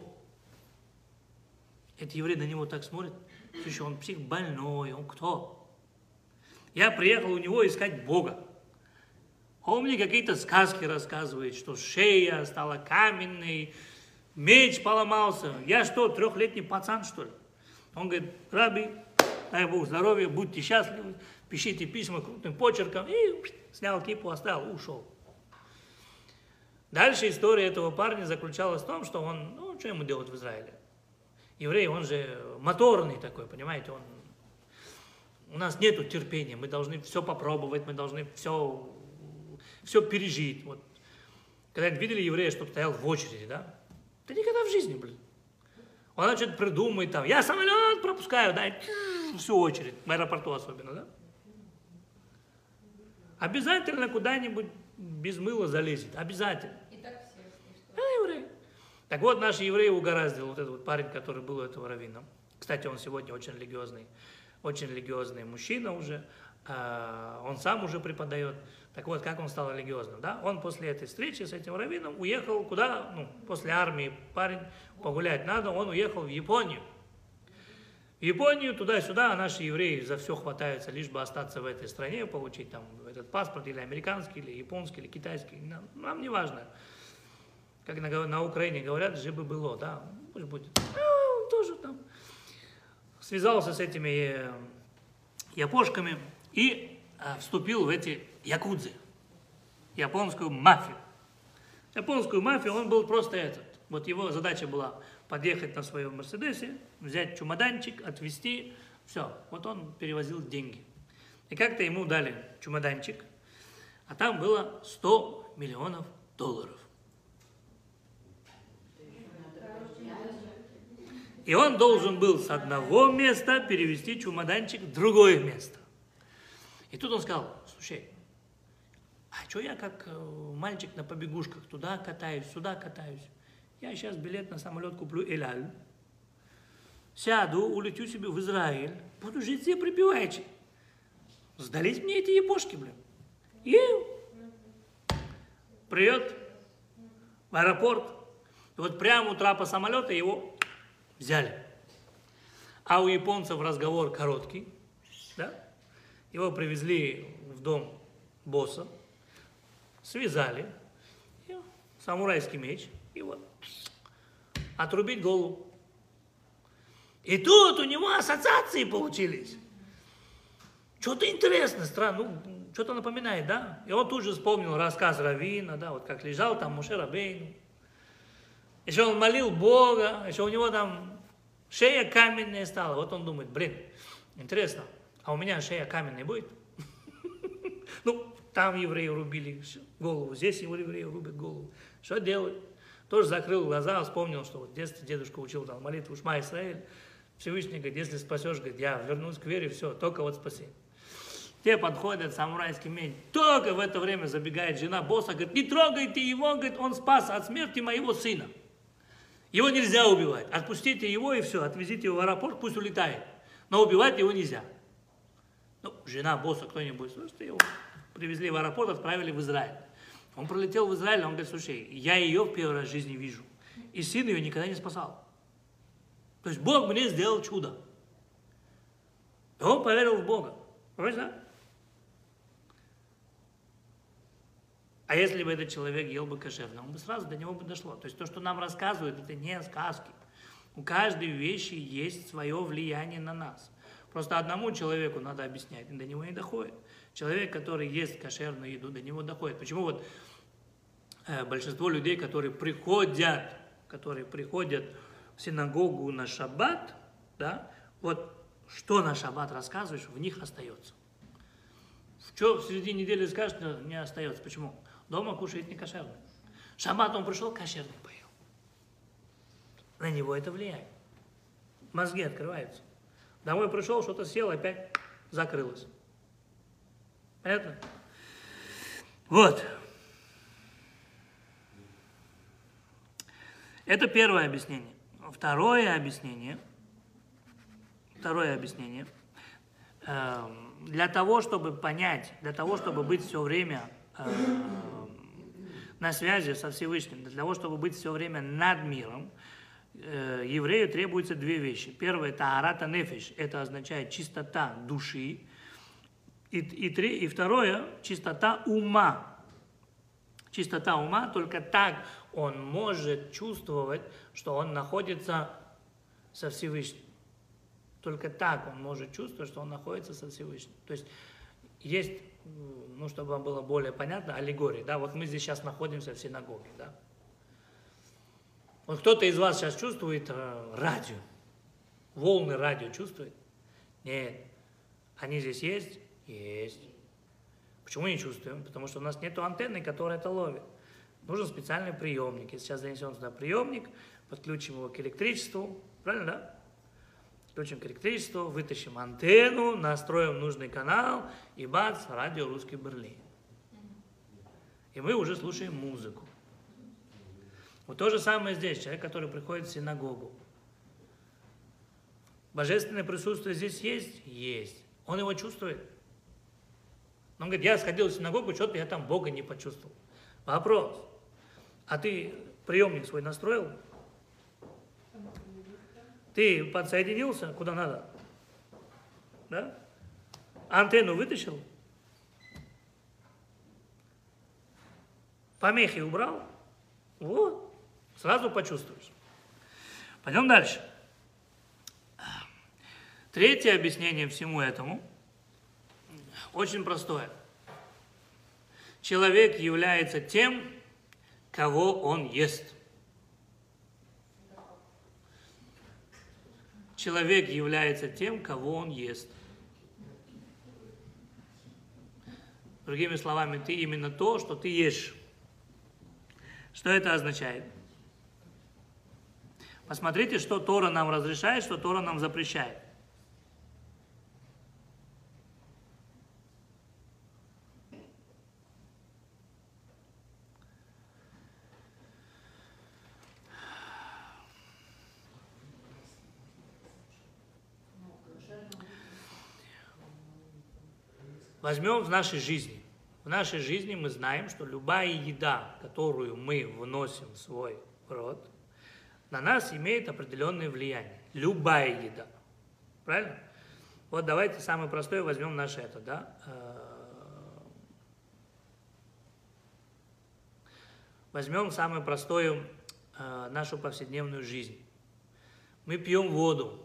Эти евреи на него так смотрят. Слушай, он псих больной, он кто? Я приехал у него искать Бога. Он мне какие-то сказки рассказывает, что шея стала каменной, меч поломался. Я что, трехлетний пацан, что ли? Он говорит, Раби, дай Бог здоровья, будьте счастливы, пишите письма крупным почерком. И снял кипу, оставил, ушел. Дальше история этого парня заключалась в том, что он, ну, что ему делать в Израиле? Еврей, он же моторный такой, понимаете, он... У нас нету терпения, мы должны все попробовать, мы должны все, все пережить. Вот. Когда-нибудь видели еврея, чтобы стоял в очереди, да? Да никогда в жизни, блин. Он что-то придумает там, я самолет пропускаю, да, всю очередь, в аэропорту особенно, да? Обязательно куда-нибудь без мыла залезет, обязательно. И так все. Так вот, наши евреи угораздил вот этот вот парень, который был у этого раввина. Кстати, он сегодня очень религиозный, очень религиозный мужчина уже. Он сам уже преподает. Так вот, как он стал религиозным, да? Он после этой встречи с этим раввином уехал куда? Ну, после армии парень, погулять надо, он уехал в Японию. В Японию, туда-сюда, а наши евреи за все хватаются, лишь бы остаться в этой стране, получить там этот паспорт, или американский, или японский, или китайский, нам, нам не важно. Как на, на Украине говорят, жибы было, да, пусть будет. А, он тоже там связался с этими япошками и а, вступил в эти якудзы, японскую мафию. Японскую мафию он был просто этот. Вот его задача была подъехать на своем Мерседесе, взять чемоданчик, отвезти, все. Вот он перевозил деньги. И как-то ему дали чемоданчик, а там было сто миллионов долларов. И он должен был с одного места перевести чемоданчик в другое место. И тут он сказал: слушай, а что я как мальчик на побегушках туда катаюсь, сюда катаюсь? Я сейчас билет на самолет куплю Эль-Аль, сяду, улечу себе в Израиль, буду жить себе припеваючи. Сдались мне эти япошки, блин. И привет в аэропорт. И вот прямо у трапа самолета его взяли. А у японцев разговор короткий, да? Его привезли в дом босса, связали, и самурайский меч, и вот отрубить голову. И тут у него ассоциации получились. Что-то интересное, странно, ну, что-то напоминает, да? И он тут же вспомнил рассказ раввина, да, вот как лежал там Моше Рабейну. Еще он молил Бога, еще у него там шея каменная стала. Вот он думает: блин, интересно, а у меня шея каменная будет? Ну, там евреи рубили голову, здесь евреи рубят голову. Что делать? Тоже закрыл глаза, вспомнил, что вот в детстве дедушка учил там молитву Шма Исраэль. Всевышний говорит: если спасешь, говорит, я вернусь к вере, все, только вот спаси. Те подходят, самурайский меч. Только в это время забегает жена босса, говорит: не трогайте его, говорит, он спас от смерти моего сына. Его нельзя убивать. Отпустите его и все, отвезите его в аэропорт, пусть улетает. Но убивать его нельзя. Ну, жена босса, кто-нибудь, слушайте, его привезли в аэропорт, отправили в Израиль. Он пролетел в Израиль, он говорит: слушай, я ее в первый раз в жизни вижу. И сын ее никогда не спасал. То есть Бог мне сделал чудо. И он поверил в Бога. Понимаешь, да? А если бы этот человек ел бы кошерно, он бы сразу до него бы дошло. То есть то, что нам рассказывают, это не сказки. У каждой вещи есть свое влияние на нас. Просто одному человеку надо объяснять, до него не доходит. Человек, который ест кошерную еду, до него доходит. Почему вот э, большинство людей, которые приходят, которые приходят в синагогу на шаббат, да, вот что на шаббат рассказываешь, в них остается. Что в середине недели скажешь, не остается. Почему? Дома кушает не кошерно. Шаббат он пришел, кошерный поел. На него это влияет. Мозги открываются. Домой пришел, что-то съел, опять закрылось. Понятно? Вот. Это первое объяснение. Второе объяснение. Второе объяснение. Для того, чтобы понять, для того, чтобы быть все время на связи со Всевышним, для того, чтобы быть все время над миром, еврею требуются две вещи. Первое – это арата нефеш, это означает чистота души. И, и, три, и второе – чистота ума. Чистота ума, только так он может чувствовать, что он находится со Всевышним. Только так он может чувствовать, что он находится со Всевышним. То есть есть, ну, чтобы вам было более понятно, аллегория. Да? Вот мы здесь сейчас находимся в синагоге. Да? Вот кто-то из вас сейчас чувствует э, радио, волны радио чувствует? Нет. Они здесь есть? Есть. Почему не чувствуем? Потому что у нас нет антенны, которая это ловит. Нужен специальный приемник. Если сейчас занесем сюда приемник, подключим его к электричеству, правильно, да? Подключим к электричеству, вытащим антенну, настроим нужный канал, и бац, радио «Русский Берлин». И мы уже слушаем музыку. Вот то же самое здесь. Человек, который приходит в синагогу. Божественное присутствие здесь есть? Есть. Он его чувствует. Он говорит, я сходил в синагогу, что-то я там Бога не почувствовал. Вопрос. А ты приемник свой настроил? Ты подсоединился куда надо? Да? Антенну вытащил? Помехи убрал? Вот. Сразу почувствуешь. Пойдем дальше. Третье объяснение всему этому очень простое. Человек является тем, кого он ест. Человек является тем, кого он ест. Другими словами, ты именно то, что ты ешь. Что это означает? Посмотрите, что Тора нам разрешает, что Тора нам запрещает. Возьмем в нашей жизни. В нашей жизни мы знаем, что любая еда, которую мы вносим в свой рот, на нас имеет определенное влияние. Любая еда. Правильно? Вот давайте самое простое возьмем наше это, да? Возьмем самую простую нашу повседневную жизнь. Мы пьем воду.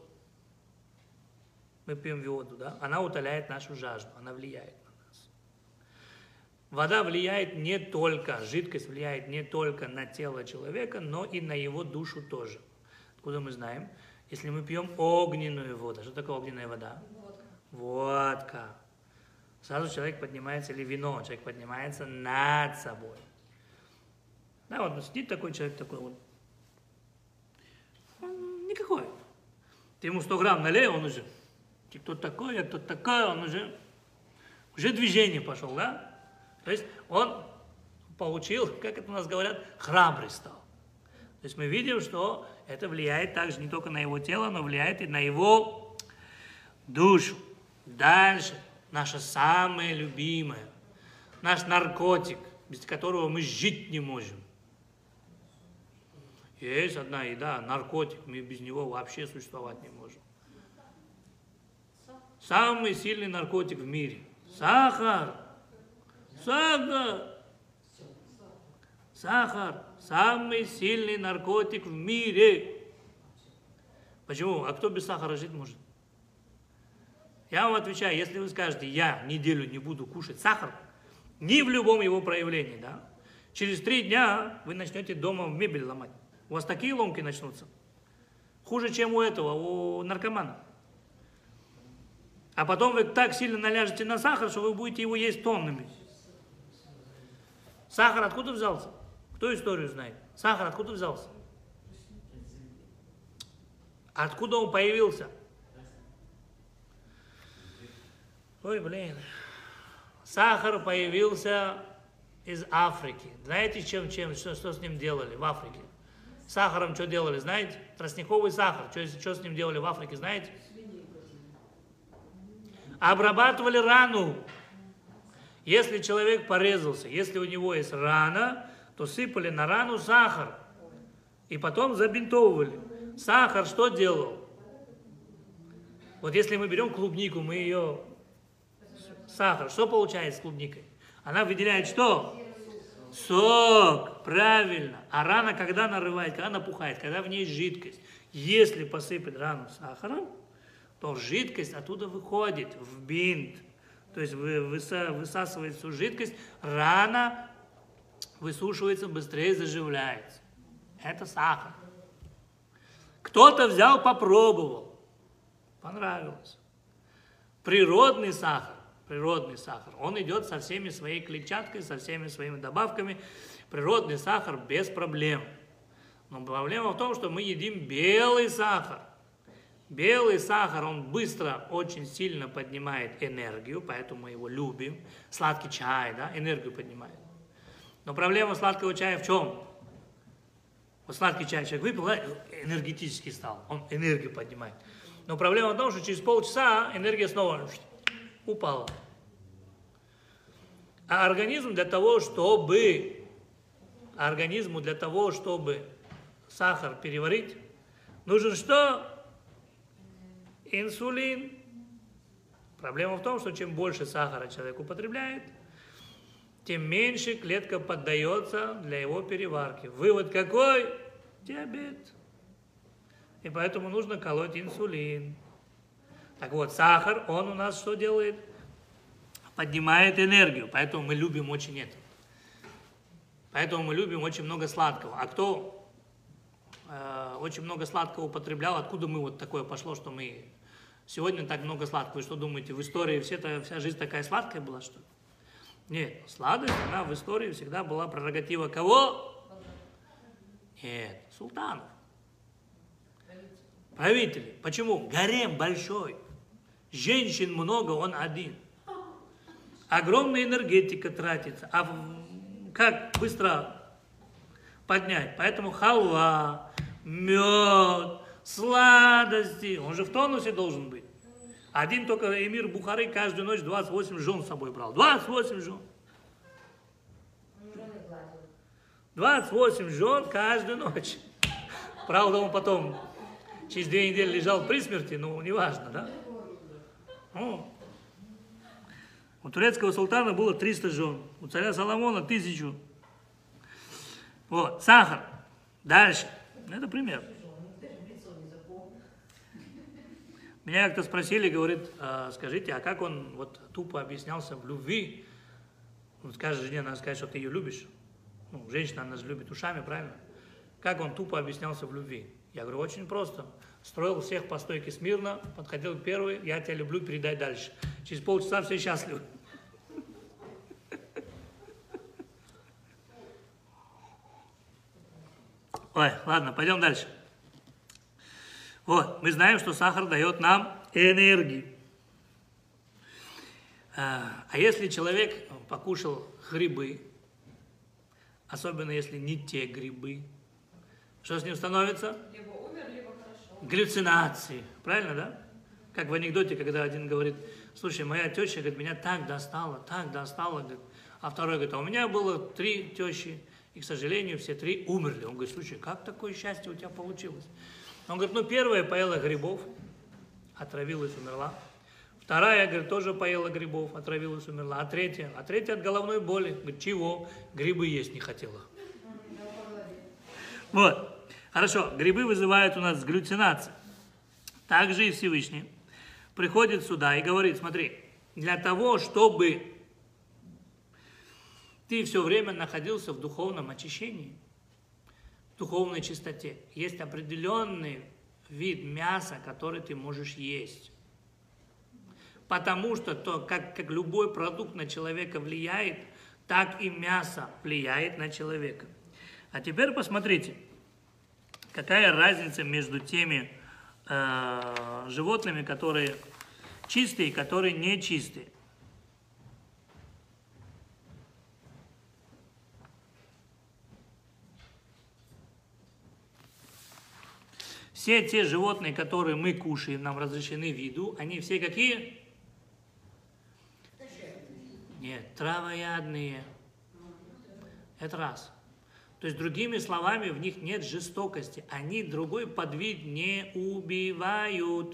Мы пьем воду, да? Она утоляет нашу жажду, она влияет на нас. Вода влияет не только, жидкость влияет не только на тело человека, но и на его душу тоже. Откуда мы знаем? Если мы пьем огненную воду, что такое огненная вода? Водка. Водка. Сразу человек поднимается, или вино, человек поднимается над собой. Да, вот сидит такой человек, такой вот. Он никакой. Ты ему сто грамм налей, он уже... Кто такой, а кто такой, он уже, уже движение пошел, да? То есть он получил, как это у нас говорят, храбрый стал. То есть мы видим, что это влияет также не только на его тело, но влияет и на его душу. Дальше, наше самое любимое, наш наркотик, без которого мы жить не можем. Есть одна еда, наркотик, мы без него вообще существовать не можем. Самый сильный наркотик в мире. Сахар. Сахар. Сахар. Самый сильный наркотик в мире. Почему? А кто без сахара жить может? Я вам отвечаю, если вы скажете, я неделю не буду кушать сахар, ни в любом его проявлении, да, через три дня вы начнете дома мебель ломать. У вас такие ломки начнутся. Хуже, чем у этого, у наркомана. А потом вы так сильно наляжете на сахар, что вы будете его есть тоннами. Сахар откуда взялся? Кто историю знает? Сахар откуда взялся? Откуда он появился? Ой, блин. Сахар появился из Африки. Знаете, чем, чем, что, что с ним делали в Африке? С сахаром что делали, знаете? Тростниковый сахар. Что, что с ним делали в Африке, знаете? Обрабатывали рану. Если человек порезался, если у него есть рана, то сыпали на рану сахар. И потом забинтовывали. Сахар что делал? Вот если мы берем клубнику, мы ее... Сахар, что получается с клубникой? Она выделяет что? Сок, правильно. А рана когда нарывает, когда напухает, когда в ней жидкость. Если посыпать рану сахаром, то жидкость оттуда выходит в бинт. То есть высасывает всю жидкость, рана высушивается, быстрее заживляется. Это сахар. Кто-то взял, попробовал. Понравилось. Природный сахар. Природный сахар. Он идет со всеми своей клетчаткой, со всеми своими добавками. Природный сахар без проблем. Но проблема в том, что мы едим белый сахар. Белый сахар, он быстро, очень сильно поднимает энергию, поэтому мы его любим. Сладкий чай, да, энергию поднимает. Но проблема сладкого чая в чем? Вот сладкий чай человек выпил, да, энергетически стал, он энергию поднимает. Но проблема в том, что через полчаса энергия снова упала. А организм для того, чтобы, организму для того, чтобы сахар переварить, нужен что? Инсулин. Проблема в том, что чем больше сахара человек употребляет, тем меньше клетка поддается для его переварки. Вывод какой? Диабет. И поэтому нужно колоть инсулин. Так вот, сахар, он у нас что делает? Поднимает энергию. Поэтому мы любим очень это. Поэтому мы любим очень много сладкого. А кто э, очень много сладкого употреблял, откуда мы вот такое пошло, что мы сегодня так много сладкого? Вы что думаете, в истории все, вся жизнь такая сладкая была, что ли? Нет, сладость, она в истории всегда была прерогатива кого? Нет, султанов. Правители. Почему? Гарем большой. Женщин много, он один. Огромная энергетика тратится. А как быстро поднять? Поэтому халва, мед, сладости. Он же в тонусе должен быть. Один только эмир Бухары каждую ночь двадцать восемь жен с собой брал. двадцать восемь жен. двадцать восемь жен каждую ночь. Правда, он потом через две недели лежал при смерти, но неважно, да? Ну, у турецкого султана было триста жен, у царя Соломона тысячу. Вот, сахар. Дальше. Это пример. Меня как-то спросили, говорит, скажите, а как он вот тупо объяснялся в любви? Он скажет жене, надо сказать, что ты ее любишь. Ну, женщина, она же любит ушами, правильно? Как он тупо объяснялся в любви? Я говорю, очень просто. Строил всех по стойке смирно, подходил первый, я тебя люблю, передай дальше. Через полчаса все счастливы. Ой, ладно, пойдем дальше. Вот, мы знаем, что сахар дает нам энергию. А, а если человек покушал грибы, особенно если не те грибы, что с ним становится? Либо умер, либо хорошо. Галлюцинации. Правильно, да? Как в анекдоте, когда один говорит, слушай, моя теща, говорит, меня так достала, так достала, говорит. А второй говорит, а у меня было три тещи, и, к сожалению, все три умерли. Он говорит, слушай, как такое счастье у тебя получилось? Он говорит, ну, первая поела грибов, отравилась, умерла. Вторая, говорит, тоже поела грибов, отравилась, умерла. А третья? А третья от головной боли. Говорит, чего? Грибы есть не хотела. Вот. Хорошо. Грибы вызывают у нас галлюцинации. Также и Всевышний приходит сюда и говорит, смотри, для того, чтобы ты все время находился в духовном очищении, в духовной чистоте, есть определенный вид мяса, который ты можешь есть. Потому что то, как, как любой продукт на человека влияет, так и мясо влияет на человека. А теперь посмотрите, какая разница между теми э, животными, которые чистые и которые нечистые. Все те животные, которые мы кушаем, нам разрешены в еду, они все какие? Нет, травоядные. Это раз. То есть, другими словами, в них нет жестокости. Они другой подвид не убивают.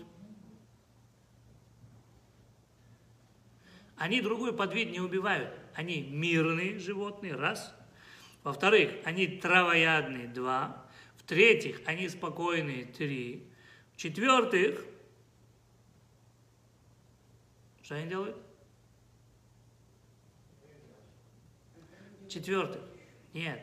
Они другой подвид не убивают. Они мирные животные, раз. Во-вторых, они травоядные, два. В-третьих, они спокойные, три. В-четвертых, что они делают? В-четвертых, нет.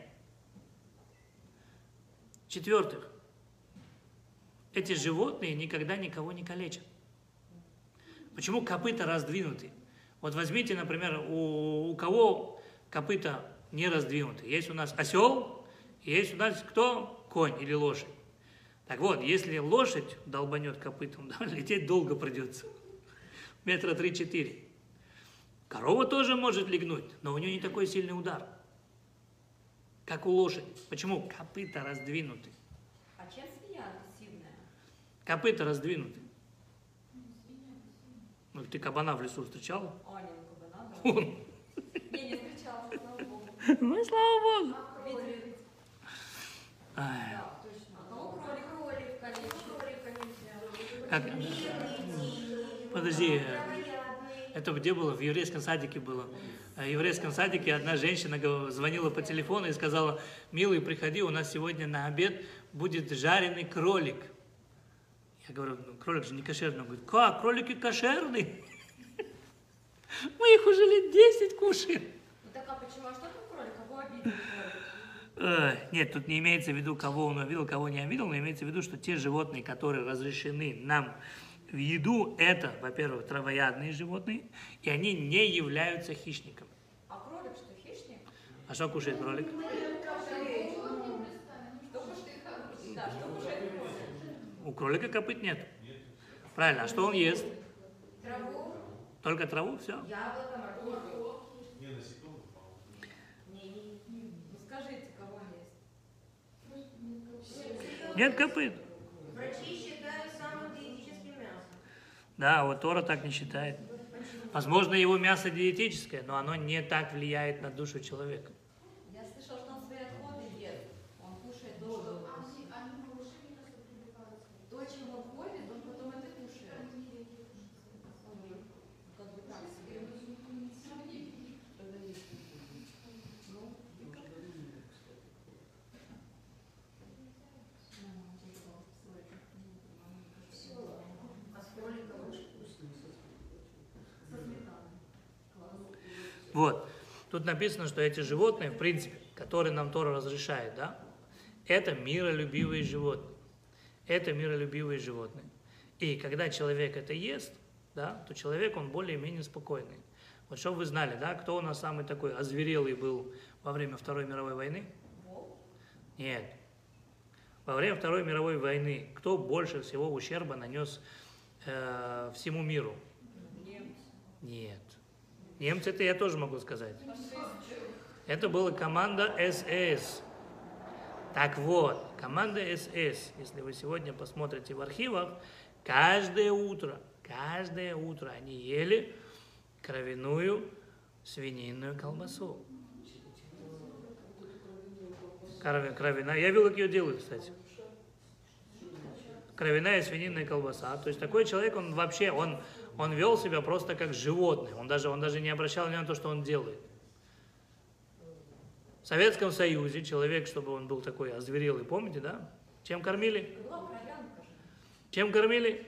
В-четвертых, эти животные никогда никого не калечат. Почему копыта раздвинуты? Вот возьмите, например, у, у кого копыта не раздвинуты. Есть у нас осел, есть у нас кто? Конь или лошадь. Так вот, если лошадь долбанет копытом, да, лететь долго придется. Метра три-четыре. Корова тоже может легнуть, но у нее не такой сильный удар. как у лошади. Почему? Копыта раздвинуты. А чем свинья агрессивная? Копыта раздвинуты. Ну, ты кабана в лесу встречала? А, не, ну кабана, да. Он. Не, не встречала, слава богу. Ну и слава богу. Видели? Ай, Да, точно. А кого кролик? Кролик, конечно. Кролика нельзя. как... Подожди, это где было? В еврейском садике было. В еврейском садике одна женщина гов- звонила по телефону и сказала: милый, приходи, у нас сегодня на обед будет жареный кролик. Я говорю: ну, кролик же не кошерный. Он говорит: как, кролики кошерные? Мы их уже лет десять кушаем. Ну так а почему? А что там кролик? Кого обидел кролик? Э, Нет, тут не имеется в виду, кого он обидел, кого не обидел, но имеется в виду, что те животные, которые разрешены нам в еду, это, во-первых, травоядные животные, и они не являются хищниками. А кролик что, хищник? А что кушает кролик? Что кушает? Да, что кушает кролик? У кролика копыт нет. Правильно, а что он ест? Траву, Только траву, все. яблоко, морковку. Ну скажите, кого он ест? Нет копыт. Врачи считают самым диетическим мясом. Да, вот Тора так не считает. Возможно, его мясо диетическое, но оно не так влияет на душу человека. Я слышала, что он свои отходы ест. Он кушает то, что... То, чем он ходит, он потом это кушает. Как бы так себе. А с кроликом очень вкусно. Вот. Тут написано, что эти животные, в принципе, которые нам Тора разрешает, да, это миролюбивые животные. Это миролюбивые животные. И когда человек это ест, да, то человек, он более-менее спокойный. Вот чтобы вы знали, да, кто у нас самый такой озверелый был во время Второй мировой войны? Нет. Во время Второй мировой войны кто больше всего ущерба нанес э, всему миру? Нет. Немцы, это я тоже могу сказать. Это была команда эс эс. Так вот, команда эс эс, если вы сегодня посмотрите в архивах, каждое утро, каждое утро они ели кровяную свининную колбасу. Кровяная, я видел, как ее делают, кстати. Кровяная свининная колбаса. То есть такой человек, он вообще, он, он вел себя просто как животное. Он даже, он даже не обращал внимания на то, что он делает. В Советском Союзе человек, чтобы он был такой озверелый, помните, да? Чем кормили? Чем кормили?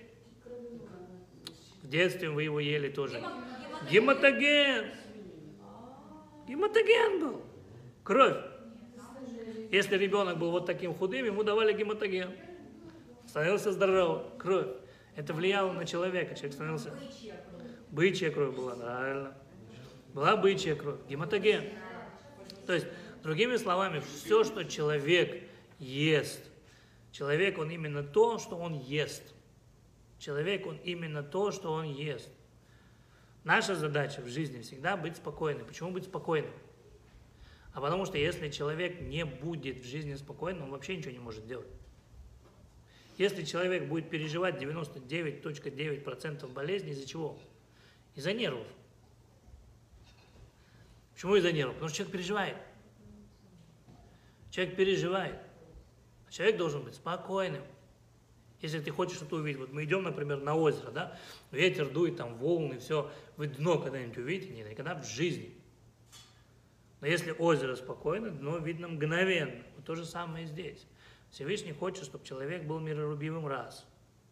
В детстве вы его ели тоже. Гематоген. Гематоген был. Кровь. Если ребенок был вот таким худым, ему давали гематоген. Становился здоровым. Кровь. Это влияло на человека. Человек становился... Бычья кровь была, правильно. Была бычья кровь. Гематоген. То есть, другими словами, все, что человек ест, человек, он именно то, что он ест. Человек, он именно то, что он ест. Наша задача в жизни всегда быть спокойным. Почему быть спокойным? А потому что если человек не будет в жизни спокойным, он вообще ничего не может делать. Если человек будет переживать девяносто девять целых девять десятых процента болезней, из-за чего? Из-за нервов. Почему из-за нервов? Потому что человек переживает. Человек переживает. А человек должен быть спокойным. Если ты хочешь что-то увидеть, вот мы идем, например, на озеро, да, ветер дует, там волны, все, вы дно когда-нибудь увидите? Нет, никогда в жизни. Но если озеро спокойно, дно видно мгновенно. Вот то же самое и здесь. Всевышний хочет, чтобы человек был миролюбивым раз.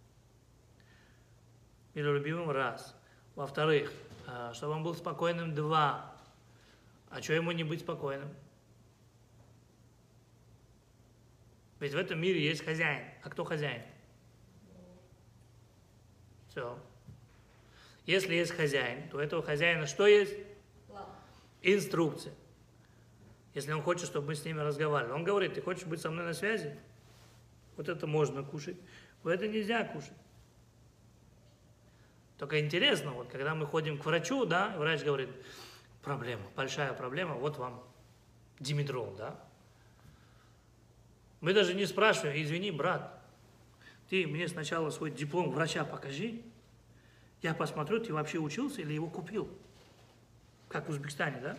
Миролюбивым раз. Во-вторых, чтобы он был спокойным два. А что ему не быть спокойным? Ведь в этом мире есть хозяин. А кто хозяин? Все. Если есть хозяин, то у этого хозяина что есть? Инструкция. Если он хочет, чтобы мы с ними разговаривали. Он говорит: ты хочешь быть со мной на связи? Вот это можно кушать, вот это нельзя кушать. Только интересно, вот когда мы ходим к врачу, да, врач говорит: проблема, большая проблема, вот вам димедрол, да. Мы даже не спрашиваем, извини, брат, ты мне сначала свой диплом врача покажи, я посмотрю, ты вообще учился или его купил, как в Узбекистане, да?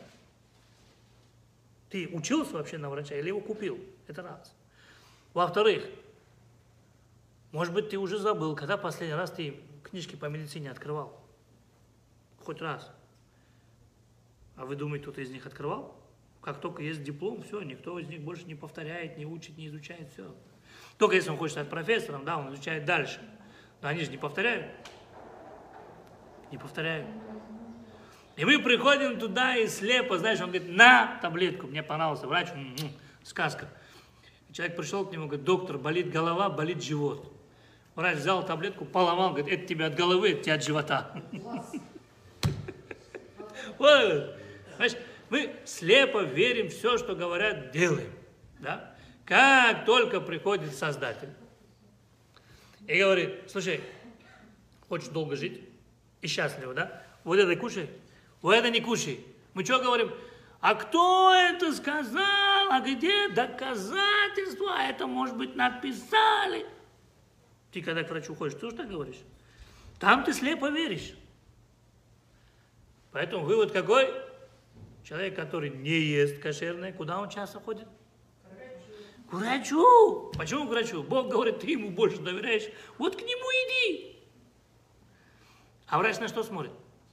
Ты учился вообще на врача или его купил? Это раз. Во-вторых, может быть, ты уже забыл, когда последний раз ты книжки по медицине открывал? Хоть раз. А вы думаете, кто-то из них открывал? Как только есть диплом, все, никто из них больше не повторяет, не учит, не изучает, все. Только если он хочет стать профессором, да, он изучает дальше. Но они же не повторяют. Не повторяют. И мы приходим туда и слепо, знаешь, он говорит, на таблетку, мне понравился врач, м-м, сказка. Человек пришел к нему, говорит, доктор, болит голова, болит живот. Врач взял таблетку, поломал, говорит, это тебе от головы, это тебе от живота. Вот, знаешь, мы слепо верим в все, что говорят, делаем. Да? Как только приходит Создатель и говорит, слушай, хочешь долго жить и счастливо, да? Вот это кушай, вот это не кушай. Мы что говорим? А кто это сказал? А где доказательства? А это, может быть, написали. Ты когда к врачу ходишь, тоже так говоришь? Там ты слепо веришь. Поэтому вывод какой? Человек, который не ест кошерное, куда он часто ходит? К врачу. Почему к врачу? Бог говорит, ты ему больше доверяешь, вот к нему иди. А врач на что смотрит?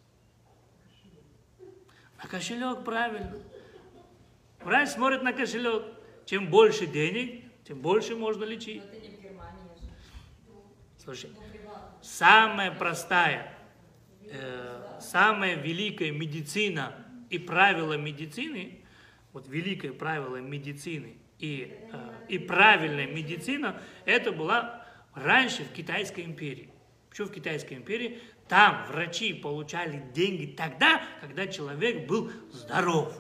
На кошелек, правильно. Врач смотрит на кошелек. Чем больше денег, тем больше можно лечить. Но это не в Германии же. Слушай, Ну, приватно. самая простая, э, самая великая медицина и правила медицины, вот великое правило медицины и, э, и правильная медицина, это была раньше в Китайской империи. Почему в Китайской империи? Там врачи получали деньги тогда, когда человек был здоров.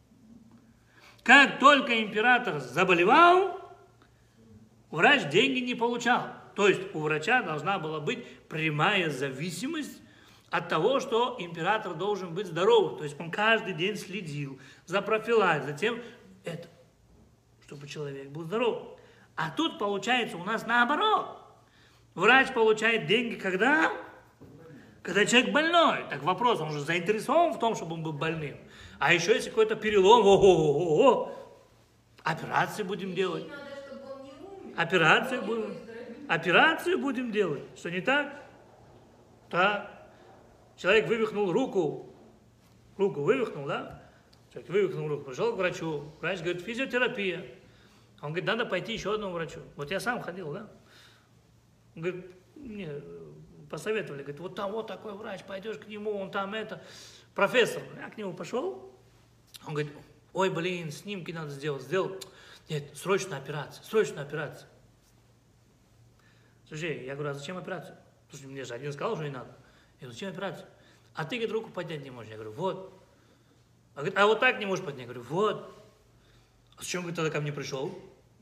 Как только император заболевал, врач деньги не получал. То есть у врача должна была быть прямая зависимость от того, что император должен быть здоровым. То есть он каждый день следил за профилактикой, затем это, чтобы человек был здоров. А тут получается у нас наоборот. Врач получает деньги когда? Когда человек больной. Так вопрос, он же заинтересован в том, чтобы он был больным. А еще если какой-то перелом, о-о-о-о, операции будем делать. Надо, чтобы он не умер. Операцию будем, операцию будем делать. Что не так? Так. Человек вывихнул руку. Руку вывихнул, да? Человек вывихнул руку. Пришел к врачу. Врач говорит, физиотерапия. Он говорит, надо пойти еще одному врачу. Вот я сам ходил, да? Он говорит, мне посоветовали. Говорит, вот там вот такой врач, пойдешь к нему, он там это. Профессор. Я к нему пошел. Он говорит, ой, блин, снимки надо сделать. Сделал. Нет, срочная операция, срочная операция. Слушай, я говорю, а зачем операцию? Слушай, мне же один сказал, что не надо. Я говорю, зачем операцию? А ты, говорит, руку поднять не можешь. Я говорю, вот. А, говорит, а вот так не можешь поднять? Я говорю, вот. А зачем, говорит, тогда ко мне пришел?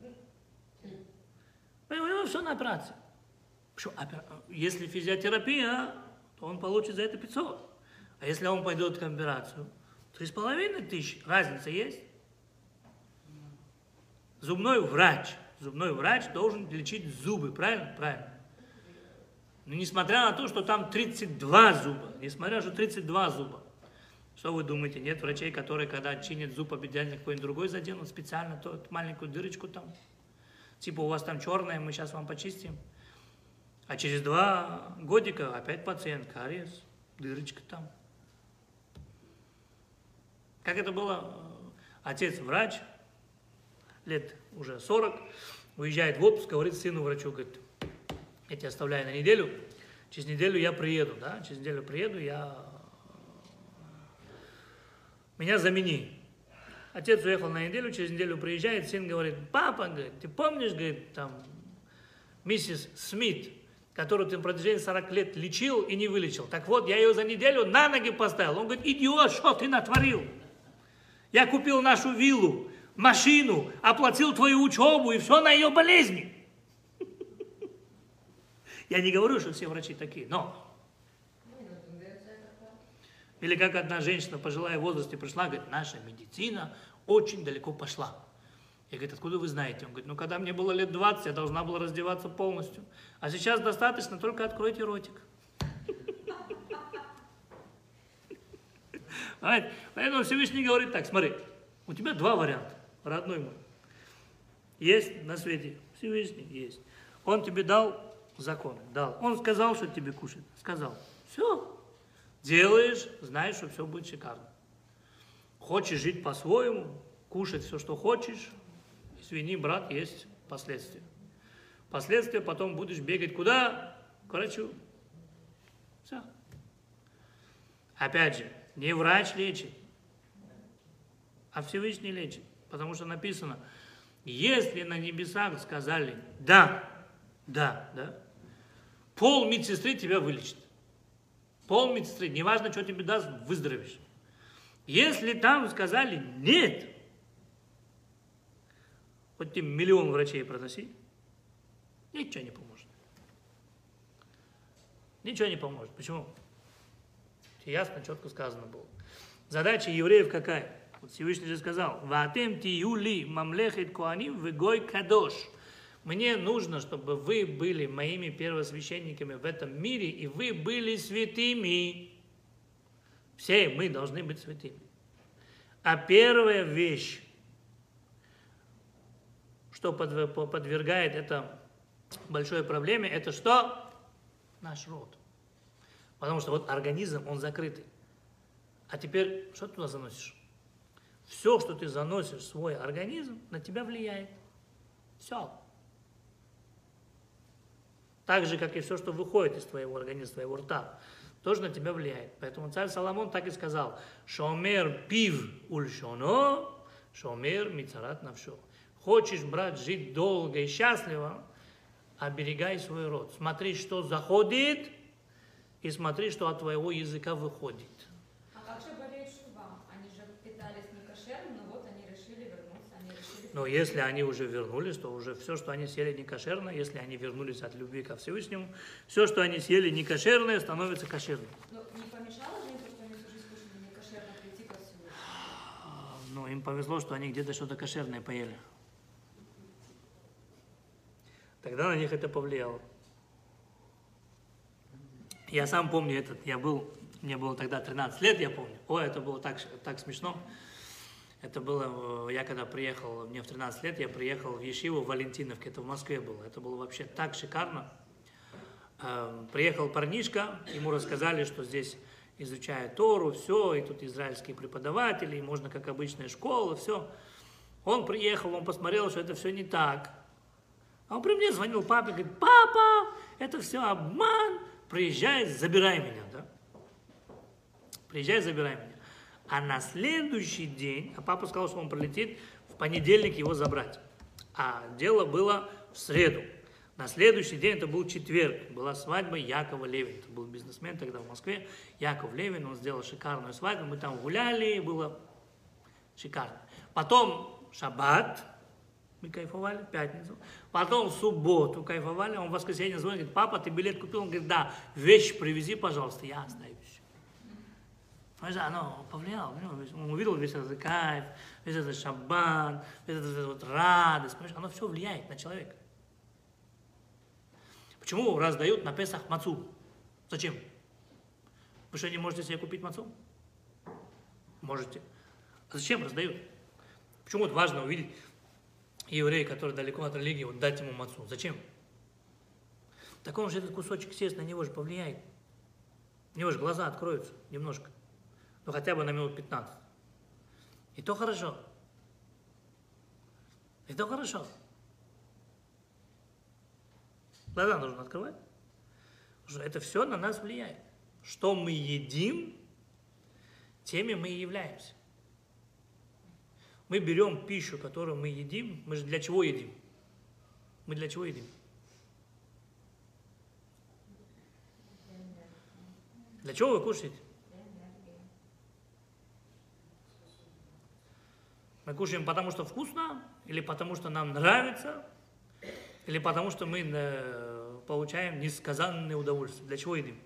Я говорю, все на операцию. Что, опера... Если физиотерапия, то он получит за это пятьсот. А если он пойдет к операцию, три с половиной тысячи. Разница есть? Зубной врач. Зубной врач должен лечить зубы, правильно? Правильно. Но несмотря на то, что там тридцать два зуба, несмотря на то, что тридцать два зуба, что вы думаете, нет врачей, которые, когда чинят зуб, обязательно какой-нибудь другой заденут специально, то маленькую дырочку там. Типа у вас там черная, мы сейчас вам почистим. А через два годика опять пациент, кариес, дырочка там. Как это было? Отец врач, лет уже сорок, уезжает в отпуск, говорит сыну врачу, говорит, я тебя оставляю на неделю, через неделю я приеду, да, через неделю приеду, я... меня замени. Отец уехал на неделю, через неделю приезжает, сын говорит, папа, говорит, ты помнишь, говорит, там, миссис Смит, которую ты на протяжении сорока лет лечил и не вылечил. Так вот, я ее за неделю на ноги поставил. Он говорит, идиот, что ты натворил? Я купил нашу виллу, машину, оплатил твою учебу и все на ее болезни. Я не говорю, что все врачи такие, но... Или как одна женщина, пожилая в возрасте, пришла, говорит, наша медицина очень далеко пошла. Я говорю, откуда вы знаете? Он говорит, ну когда мне было лет двадцать, я должна была раздеваться полностью. А сейчас достаточно, только откройте ротик. Поэтому Всевышний говорит так, смотри, у тебя два варианта, родной мой. Есть на свете Всевышний, есть. Он тебе дал закон, дал. Он сказал, что тебе кушать, сказал. Все. Делаешь, знаешь, что все будет шикарно. Хочешь жить по-своему, кушать все, что хочешь, извини, брат, есть последствия. Последствия потом будешь бегать куда? К врачу. Все. Опять же, не врач лечит, а Всевышний лечит. Потому что написано, если на небесах сказали да, да, да, пол медсестры тебя вылечит. Пол медсестры, неважно, что тебе даст, выздоровеешь. Если там сказали нет, хоть ты миллион врачей проноси, ничего не поможет. Ничего не поможет. Почему? Ясно, четко сказано было. Задача евреев какая? Вот Всевышний же сказал, «Ваатем тиюли мамлехет коаним вегой кадош». Мне нужно, чтобы вы были моими первосвященниками в этом мире, и вы были святыми. Все мы должны быть святыми. А первая вещь, что подвергает это большой проблеме, это что? Наш род. Потому что вот организм, он закрытый. А теперь, что ты туда заносишь? Все, что ты заносишь в свой организм, на тебя влияет. Все. Так же, как и все, что выходит из твоего организма, твоего рта, тоже на тебя влияет. Поэтому царь Соломон так и сказал, «Шомер пив ульшоно, шомер мицарат навшо». Хочешь, брат, жить долго и счастливо, оберегай свой род. Смотри, что заходит, и смотри, что от твоего языка выходит. А как же болеет шува? Они же питались не кошерным, но вот они решили вернуться, они решили... Но если они уже вернулись, то уже все, что они съели не кошерно, если они вернулись от любви ко Всевышнему, все, что они съели не кошерное, становится кошерным. Но не помешало же им то, что они всю жизнь кушали не кошерно, прийти ко Всевышнему? Ну, им повезло, что они где-то что-то кошерное поели. Тогда на них это повлияло. Я сам помню этот, я был, мне было тогда тринадцать лет, я помню. Ой, это было так, так смешно. Это было, я когда приехал, мне в тринадцать лет, я приехал в Ешиву в Валентиновке, это в Москве было. Это было вообще так шикарно. Приехал парнишка, ему рассказали, что здесь изучают Тору, все, и тут израильские преподаватели, и можно как обычная школа, все. Он приехал, он посмотрел, что это все не так. А он при мне звонил папе, говорит, папа, это все обман, приезжай, забирай меня, да? Приезжай, забирай меня. А на следующий день, а папа сказал, что он прилетит в понедельник его забрать. А дело было в среду. На следующий день, это был четверг, была свадьба Якова Левина. Это был бизнесмен тогда в Москве, Яков Левин, он сделал шикарную свадьбу, мы там гуляли, было шикарно. Потом шаббат, мы кайфовали, пятницу. Потом в субботу кайфовали, он в воскресенье звонит, говорит, папа, ты билет купил? Он говорит, да, вещи привези, пожалуйста, я остаюсь. Оно повлияло, он увидел весь этот кайф, весь этот шаббат, весь этот вот радость, оно все влияет на человека. Почему раздают на Песах мацу? Зачем? Вы что, не можете себе купить мацу? Можете. А зачем раздают? Почему вот важно увидеть еврея, который далеко от религии, вот дать ему мацу? Зачем? Так он же этот кусочек сесть, на него же повлияет. У него же глаза откроются немножко. Ну хотя бы на минут пятнадцать. И то хорошо. И то хорошо. Глаза нужно открывать. Потому что это все на нас влияет. Что мы едим, теми мы и являемся. Мы берем пищу, которую мы едим. Мы же для чего едим? Мы для чего едим? Для чего вы кушаете? Мы кушаем потому, что вкусно, или потому, что нам нравится, или потому, что мы э, получаем несказанное удовольствие. Для чего едим?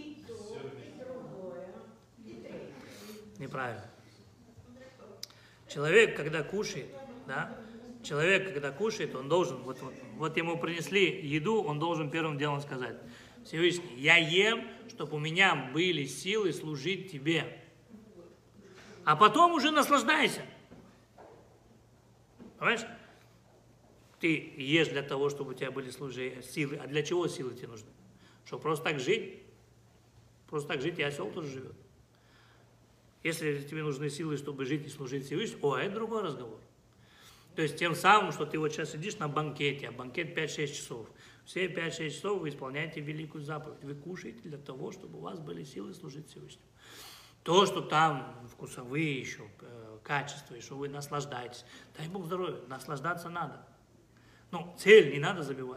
Неправильно. Человек, когда кушает, да, человек, когда кушает, он должен, вот, вот, вот ему принесли еду, он должен первым делом сказать: Всевышний, я ем, чтобы у меня были силы служить тебе. А потом уже наслаждайся. Понимаешь? Ты ешь для того, чтобы у тебя были служи, силы. А для чего силы тебе нужны? Чтобы просто так жить? Просто так жить, и осел тоже живет. Если тебе нужны силы, чтобы жить и служить Всевышнему, о, это другой разговор. То есть тем самым, что ты вот сейчас сидишь на банкете, а банкет пять-шесть часов. Все пять-шесть часов вы исполняете великую заповедь. Вы кушаете для того, чтобы у вас были силы служить Всевышнему. То, что там вкусовые еще, качества, и что вы наслаждаетесь. Дай Бог здоровья, наслаждаться надо. Но цель не надо забивать.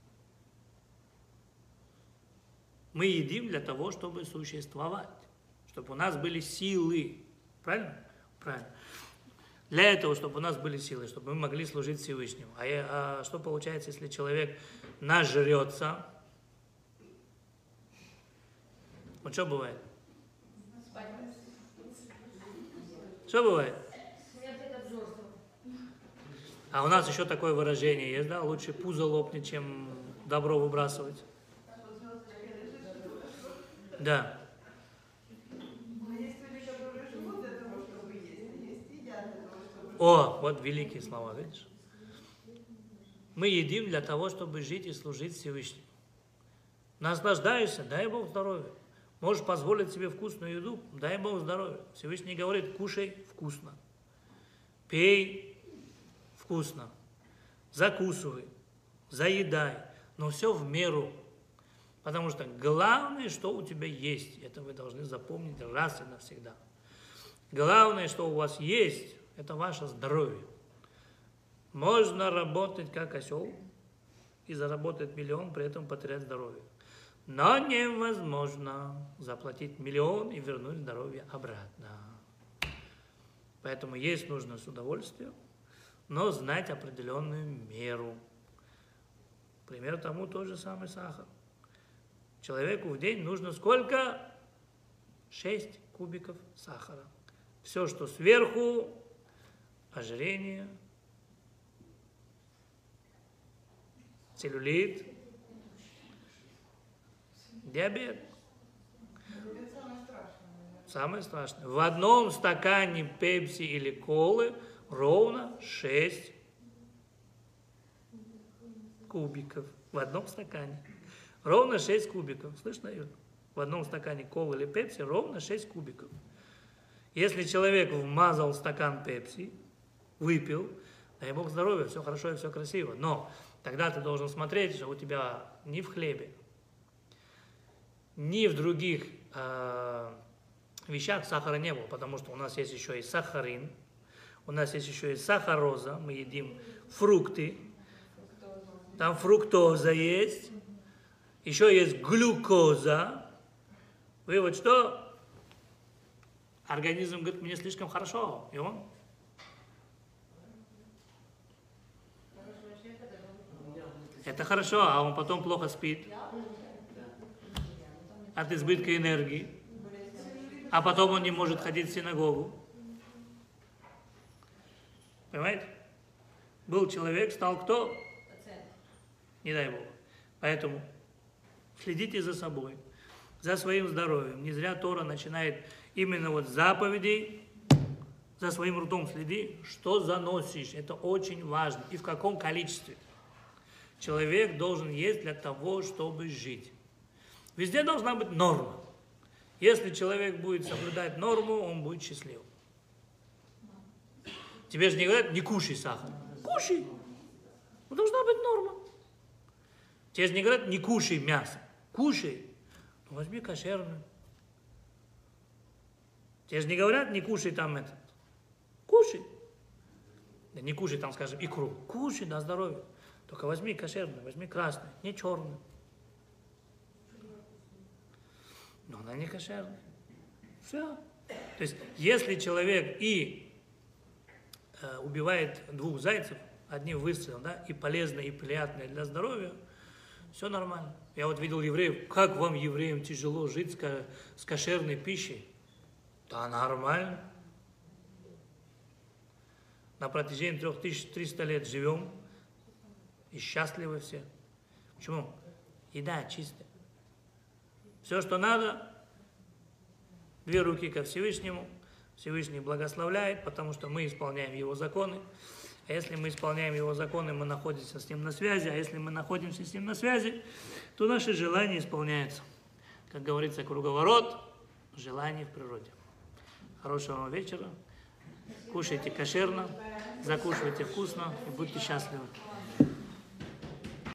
Мы едим для того, чтобы существовать. Чтобы у нас были силы. Правильно? Правильно. Для этого, чтобы у нас были силы, чтобы мы могли служить Всевышнему. А, я, а что получается, если человек нажрется? Вот что бывает? Что бывает? А у нас еще такое выражение есть, да? Лучше пузо лопнет, чем добро выбрасывать. Да. О, вот великие слова, видишь? Мы едим для того, чтобы жить и служить Всевышнему. Наслаждаешься, дай Бог здоровья. Можешь позволить себе вкусную еду, дай Бог здоровья. Всевышний говорит: кушай вкусно, пей вкусно, закусывай, заедай, но все в меру. Потому что главное, что у тебя есть, это вы должны запомнить раз и навсегда. Главное, что у вас есть, это ваше здоровье. Можно работать как осел и заработать миллион, при этом потерять здоровье. Но невозможно заплатить миллион и вернуть здоровье обратно. Поэтому есть нужно с удовольствием, но знать определенную меру. Пример тому тот же самый сахар. Человеку в день нужно сколько? шесть кубиков сахара. Все, что сверху, ожирение, целлюлит, диабет. Самое страшное. В одном стакане пепси или колы ровно шесть кубиков. В одном стакане. Ровно шесть кубиков. Слышно, Юр? В одном стакане колы или пепси ровно шесть кубиков. Если человек вмазал стакан пепси, выпил, дай Бог здоровья, все хорошо и все красиво. Но тогда ты должен смотреть, что у тебя ни в хлебе, ни в других э, вещах сахара не было, потому что у нас есть еще и сахарин, у нас есть еще и сахароза, мы едим фрукты, там фруктоза есть, еще есть глюкоза. Вывод, что организм говорит: мне слишком хорошо, и он это хорошо, а он потом плохо спит от избытка энергии, а потом он не может ходить в синагогу. Понимаете? Был человек, стал кто? Не дай Бог. Поэтому следите за собой, за своим здоровьем. Не зря Тора начинает именно вот с заповедей. За своим ртом следи, что заносишь. Это очень важно. И в каком количестве. Человек должен есть для того, чтобы жить. Везде должна быть норма. Если человек будет соблюдать норму, он будет счастлив. Тебе же не говорят: не кушай сахар. Кушай. Ну, должна быть норма. Тебе же не говорят: не кушай мясо. Кушай. Ну, возьми кошерное. Тебе же не говорят: не кушай там этот. Кушай. Да не кушай там, скажем, икру. Кушай на здоровье. Только возьми кошерное, возьми красное, не черное. Но она не кошерная. Все. То есть, если человек и э, убивает двух зайцев одним выстрелом, да, и полезно, и приятно для здоровья, все нормально. Я вот видел евреев, как вам, евреям, тяжело жить с, с кошерной пищей? Да нормально. на протяжении трех тысяч трёхсот лет живем и счастливы все. Почему? Еда чистая. Все, что надо, две руки ко Всевышнему. Всевышний благословляет, потому что мы исполняем Его законы. А если мы исполняем Его законы, мы находимся с Ним на связи. А если мы находимся с Ним на связи, то наши желания исполняются. Как говорится, круговорот желаний в природе. Хорошего вам вечера. Кушайте кошерно, закушивайте вкусно и будьте счастливы.